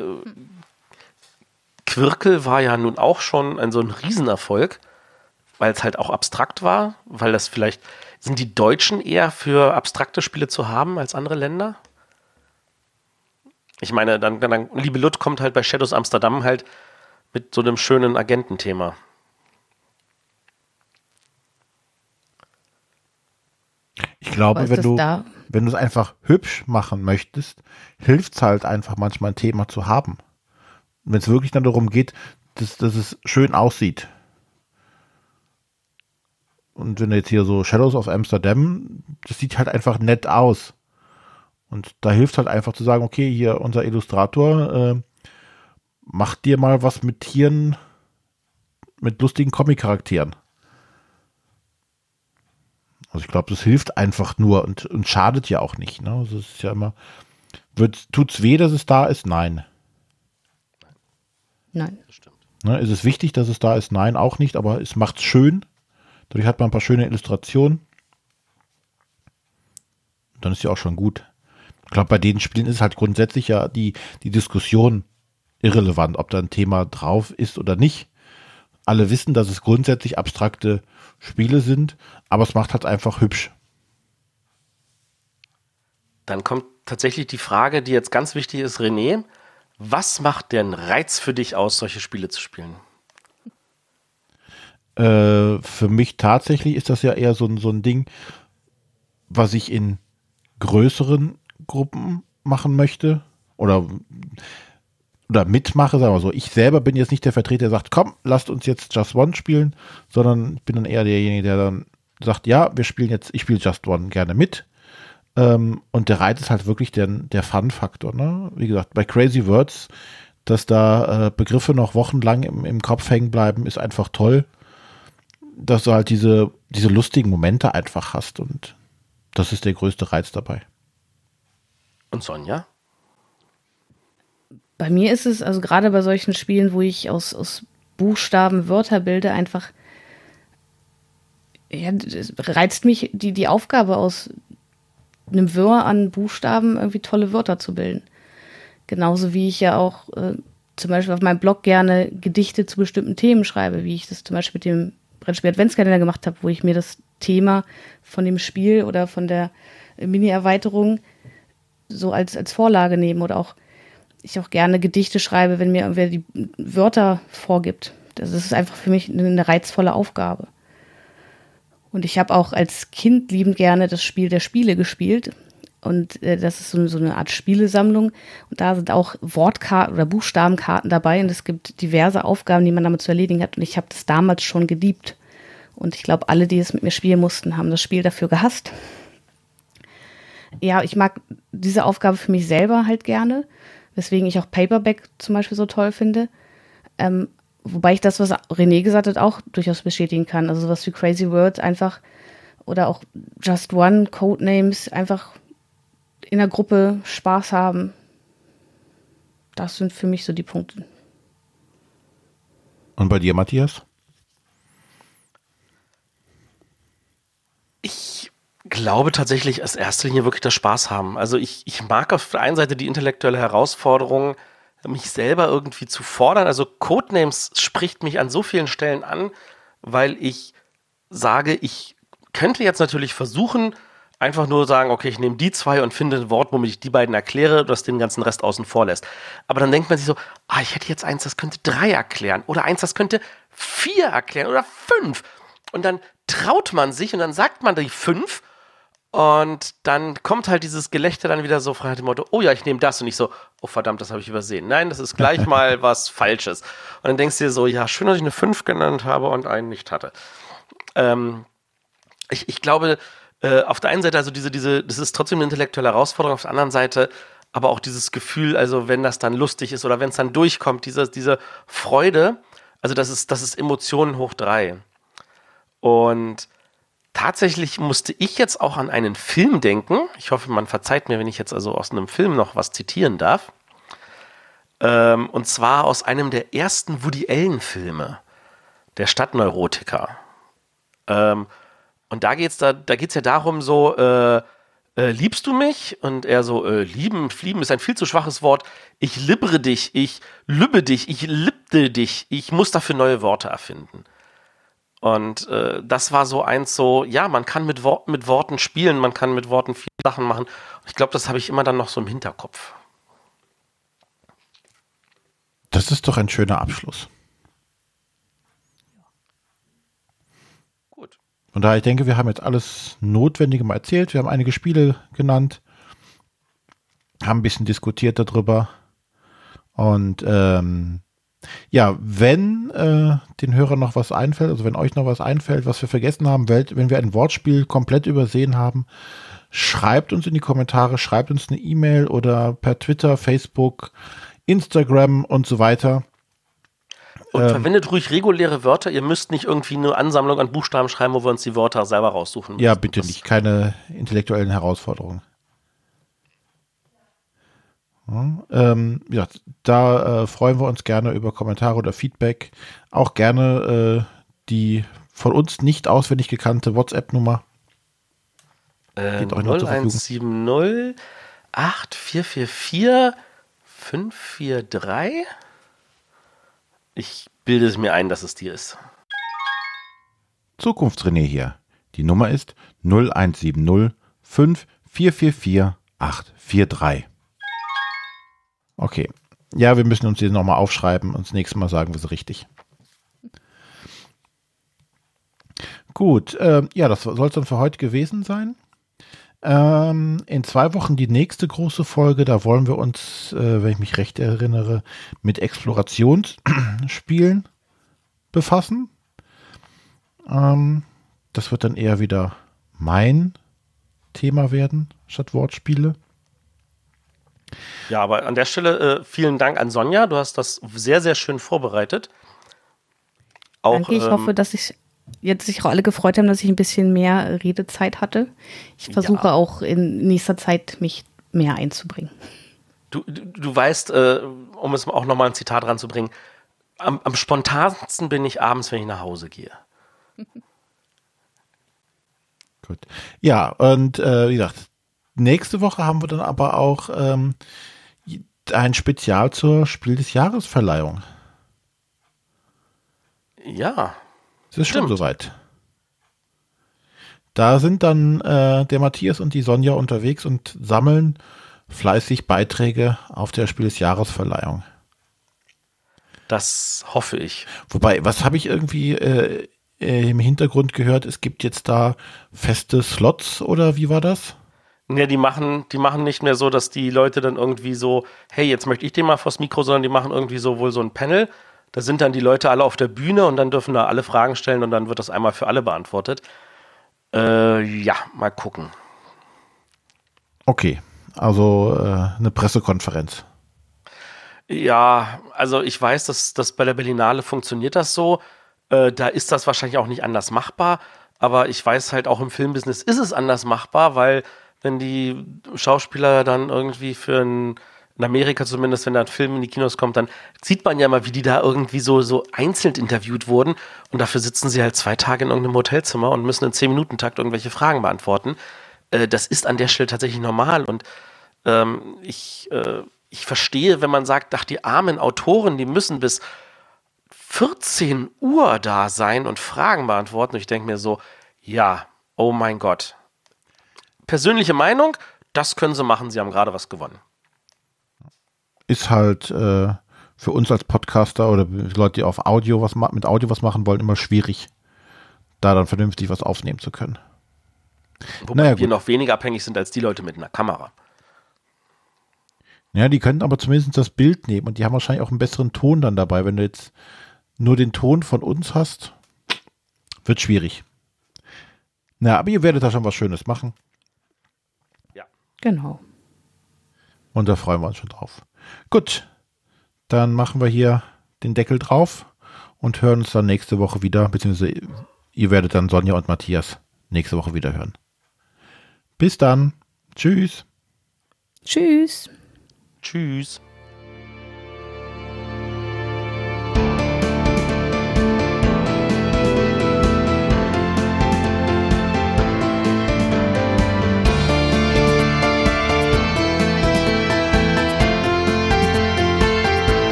Speaker 3: Quirkel war ja nun auch schon ein so ein Riesenerfolg, weil es halt auch abstrakt war, weil das vielleicht, sind die Deutschen eher für abstrakte Spiele zu haben als andere Länder? Ich meine, dann, dann Liebe Lut kommt halt bei Shadows Amsterdam halt mit so einem schönen Agententhema.
Speaker 1: Ich glaube,
Speaker 2: Aber ist
Speaker 1: wenn
Speaker 2: das
Speaker 1: du,
Speaker 2: da?
Speaker 1: wenn du es einfach hübsch machen möchtest, hilft es halt einfach manchmal ein Thema zu haben. Wenn es wirklich dann darum geht, dass, dass es schön aussieht. Und wenn du jetzt hier so Shadows of Amsterdam, das sieht halt einfach nett aus. Und da hilft halt einfach zu sagen, okay, hier unser Illustrator, äh, macht dir mal was mit Tieren, mit lustigen Comic-Charakteren. Also ich glaube, das hilft einfach nur und, und schadet ja auch nicht. Ne? Also es ist ja immer, wird, tut's weh, dass es da ist? Nein.
Speaker 2: Nein.
Speaker 3: Das stimmt.
Speaker 1: Ne? Ist es wichtig, dass es da ist? Nein, auch nicht, aber es macht's schön. Dadurch hat man ein paar schöne Illustrationen. Dann ist ja auch schon gut. Ich glaube, bei den Spielen ist halt grundsätzlich ja die, die Diskussion irrelevant, ob da ein Thema drauf ist oder nicht. Alle wissen, dass es grundsätzlich abstrakte Spiele sind, aber es macht halt einfach hübsch.
Speaker 3: Dann kommt tatsächlich die Frage, die jetzt ganz wichtig ist, René, was macht den Reiz für dich aus, solche Spiele zu spielen?
Speaker 1: Äh, für mich tatsächlich ist das ja eher so, so ein Ding, was ich in größeren Gruppen machen möchte oder, oder mitmache, sagen wir so. Ich selber bin jetzt nicht der Vertreter, der sagt, komm, lasst uns jetzt Just One spielen, sondern ich bin dann eher derjenige, der dann sagt, ja, wir spielen jetzt, ich spiele Just One gerne mit. Ähm, und der Reiz ist halt wirklich der, der Fun-Faktor. Ne? Wie gesagt, bei Crazy Words, dass da äh, Begriffe noch wochenlang im, im Kopf hängen bleiben, ist einfach toll. Dass du halt diese, diese lustigen Momente einfach hast und das ist der größte Reiz dabei.
Speaker 3: Und Sonja?
Speaker 2: Bei mir ist es, also gerade bei solchen Spielen, wo ich aus, aus Buchstaben Wörter bilde, einfach, ja, es reizt mich die, die Aufgabe aus einem Wirr an Buchstaben irgendwie tolle Wörter zu bilden. Genauso wie ich ja auch äh, zum Beispiel auf meinem Blog gerne Gedichte zu bestimmten Themen schreibe, wie ich das zum Beispiel mit dem Brettspiel Adventskalender gemacht habe, wo ich mir das Thema von dem Spiel oder von der Mini-Erweiterung so als, als Vorlage nehme oder auch ich auch gerne Gedichte schreibe, wenn mir irgendwer die Wörter vorgibt. Das ist einfach für mich eine reizvolle Aufgabe. Und ich habe auch als Kind liebend gerne das Spiel der Spiele gespielt. Und äh, das ist so, so eine Art Spielesammlung. Und da sind auch Wortkarten oder Buchstabenkarten dabei. Und es gibt diverse Aufgaben, die man damit zu erledigen hat. Und ich habe das damals schon geliebt. Und ich glaube, alle, die es mit mir spielen mussten, haben das Spiel dafür gehasst. Ja, ich mag diese Aufgabe für mich selber halt gerne. Weswegen ich auch Paperback zum Beispiel so toll finde. Ähm, wobei ich das, was René gesagt hat, auch durchaus bestätigen kann. Also sowas wie Crazy Words einfach oder auch Just One, Codenames, einfach in der Gruppe Spaß haben. Das sind für mich so die Punkte.
Speaker 1: Und bei dir, Matthias?
Speaker 3: Ich glaube tatsächlich, als erster Linie wirklich das Spaß haben. Also ich, ich mag auf der einen Seite die intellektuelle Herausforderung, mich selber irgendwie zu fordern. Also Codenames spricht mich an so vielen Stellen an, weil ich sage, ich könnte jetzt natürlich versuchen, einfach nur sagen, okay, ich nehme die zwei und finde ein Wort, womit ich die beiden erkläre, das den ganzen Rest außen vor lässt. Aber dann denkt man sich so, ah, ich hätte jetzt eins, das könnte drei erklären oder eins, das könnte vier erklären oder fünf. Und dann traut man sich und dann sagt man die fünf und dann kommt halt dieses Gelächter dann wieder so frei nach dem Motto, oh ja, ich nehme das und ich so, oh verdammt, das habe ich übersehen. Nein, das ist gleich mal was Falsches. Und dann denkst du dir so, ja, schön, dass ich eine fünf genannt habe und einen nicht hatte. Ähm, ich, ich glaube, äh, auf der einen Seite, also diese, diese, das ist trotzdem eine intellektuelle Herausforderung, auf der anderen Seite aber auch dieses Gefühl, also wenn das dann lustig ist oder wenn es dann durchkommt, diese, diese Freude, also das ist, das ist Emotionen hoch drei. Und tatsächlich musste ich jetzt auch an einen Film denken. Ich hoffe, man verzeiht mir, wenn ich jetzt also aus einem Film noch was zitieren darf. Ähm, und zwar aus einem der ersten Woody Allen-Filme, der Stadtneurotiker. Ähm, und da geht's da, da geht's ja darum so, äh, äh, liebst du mich? Und er so, äh, lieben, lieben ist ein viel zu schwaches Wort. Ich libbere dich, ich lübbe dich, ich liebte dich. Ich muss dafür neue Worte erfinden. Und äh, das war so eins so, ja, man kann mit, Wor- mit Worten spielen, man kann mit Worten viele Sachen machen. Und ich glaube, das habe ich immer dann noch so im Hinterkopf.
Speaker 1: Das ist doch ein schöner Abschluss.
Speaker 3: Gut.
Speaker 1: Von daher, ich denke, wir haben jetzt alles Notwendige mal erzählt. Wir haben einige Spiele genannt, haben ein bisschen diskutiert darüber. Und ähm, ja, wenn äh, den Hörern noch was einfällt, also wenn euch noch was einfällt, was wir vergessen haben, wenn wir ein Wortspiel komplett übersehen haben, schreibt uns in die Kommentare, schreibt uns eine E-Mail oder per Twitter, Facebook, Instagram und so weiter.
Speaker 3: Und
Speaker 1: ähm,
Speaker 3: verwendet ruhig reguläre Wörter. Ihr müsst nicht irgendwie eine Ansammlung an Buchstaben schreiben, wo wir uns die Wörter selber raussuchen müssen.
Speaker 1: Ja, bitte
Speaker 3: das
Speaker 1: nicht. Keine intellektuellen Herausforderungen. Ja, ähm, ja, da äh, freuen wir uns gerne über Kommentare oder Feedback. Auch gerne äh, die von uns nicht auswendig gekannte WhatsApp-Nummer.
Speaker 3: Äh,
Speaker 1: Steht euch noch zur
Speaker 3: null eins sieben null acht vier vier vier fünf vier drei. Ich bilde es mir ein, dass es die ist.
Speaker 1: Zukunftsrené hier. Die Nummer ist null eins sieben null fünf vier vier vier acht vier drei. Okay. Ja, wir müssen uns die nochmal aufschreiben und das nächste Mal sagen wir sie richtig. Gut, äh, ja, das soll es dann für heute gewesen sein. Ähm, in zwei Wochen die nächste große Folge, da wollen wir uns, äh, wenn ich mich recht erinnere, mit Explorationsspielen befassen. Ähm, das wird dann eher wieder mein Thema werden, statt Wortspiele.
Speaker 3: Ja, aber an der Stelle äh, vielen Dank an Sonja. Du hast das sehr, sehr schön vorbereitet. Auch,
Speaker 2: Danke, ich
Speaker 3: ähm,
Speaker 2: hoffe, dass ich jetzt sich auch alle gefreut haben, dass ich ein bisschen mehr Redezeit hatte. Ich versuche
Speaker 3: Ja.
Speaker 2: auch in nächster Zeit mich mehr einzubringen.
Speaker 3: Du, du, du weißt, äh, um es auch nochmal ein Zitat ranzubringen, am, am spontansten bin ich abends, wenn ich nach Hause gehe.
Speaker 1: Gut. Ja, und äh, wie gesagt, nächste Woche haben wir dann aber auch ähm, ein Spezial zur Spiel des Jahres Verleihung.
Speaker 3: Ja.
Speaker 1: Es ist schon
Speaker 3: Stimmt.
Speaker 1: soweit. Da sind dann äh, der Matthias und die Sonja unterwegs und sammeln fleißig Beiträge auf der Spiel des Jahres Verleihung.
Speaker 3: Das hoffe ich.
Speaker 1: Wobei, was habe ich irgendwie äh, im Hintergrund gehört? Es gibt jetzt da feste Slots oder wie war das?
Speaker 3: Ne, die machen, die machen nicht mehr so, dass die Leute dann irgendwie so, hey, jetzt möchte ich den mal vors Mikro, sondern die machen irgendwie so wohl so ein Panel. Da sind dann die Leute alle auf der Bühne und dann dürfen da alle Fragen stellen und dann wird das einmal für alle beantwortet. Äh, ja, mal gucken.
Speaker 1: Okay, also äh, eine Pressekonferenz.
Speaker 3: Ja, also ich weiß, dass das bei der Berlinale funktioniert das so. Äh, da ist das wahrscheinlich auch nicht anders machbar. Aber ich weiß halt auch im Filmbusiness ist es anders machbar, weil wenn die Schauspieler dann irgendwie für ein, in Amerika zumindest, wenn da ein Film in die Kinos kommt, dann sieht man ja mal, wie die da irgendwie so, so einzeln interviewt wurden. Und dafür sitzen sie halt zwei Tage in irgendeinem Hotelzimmer und müssen in zehn Minuten Takt irgendwelche Fragen beantworten. Äh, das ist an der Stelle tatsächlich normal. Und ähm, ich, äh, ich verstehe, wenn man sagt, ach, die armen Autoren, die müssen bis vierzehn Uhr da sein und Fragen beantworten. Und ich denke mir so, ja, oh mein Gott. Persönliche Meinung, das können sie machen, sie haben gerade was gewonnen.
Speaker 1: Ist halt äh, für uns als Podcaster oder Leute, die auf Audio was ma- mit Audio was machen wollen, immer schwierig, da dann vernünftig was aufnehmen zu können.
Speaker 3: Wobei
Speaker 1: Naja,
Speaker 3: wir
Speaker 1: gut.
Speaker 3: noch weniger abhängig sind als die Leute mit einer Kamera.
Speaker 1: Ja, die können aber zumindest das Bild nehmen und die haben wahrscheinlich auch einen besseren Ton dann dabei. Wenn du jetzt nur den Ton von uns hast, wird schwierig. Na, aber ihr werdet da schon was Schönes machen
Speaker 2: Genau.
Speaker 1: und da freuen wir uns schon drauf. Gut, dann machen wir hier den Deckel drauf und hören uns dann nächste Woche wieder, beziehungsweise ihr werdet dann Sonja und Matthias nächste Woche wieder hören. Bis dann. Tschüss.
Speaker 2: Tschüss.
Speaker 3: Tschüss.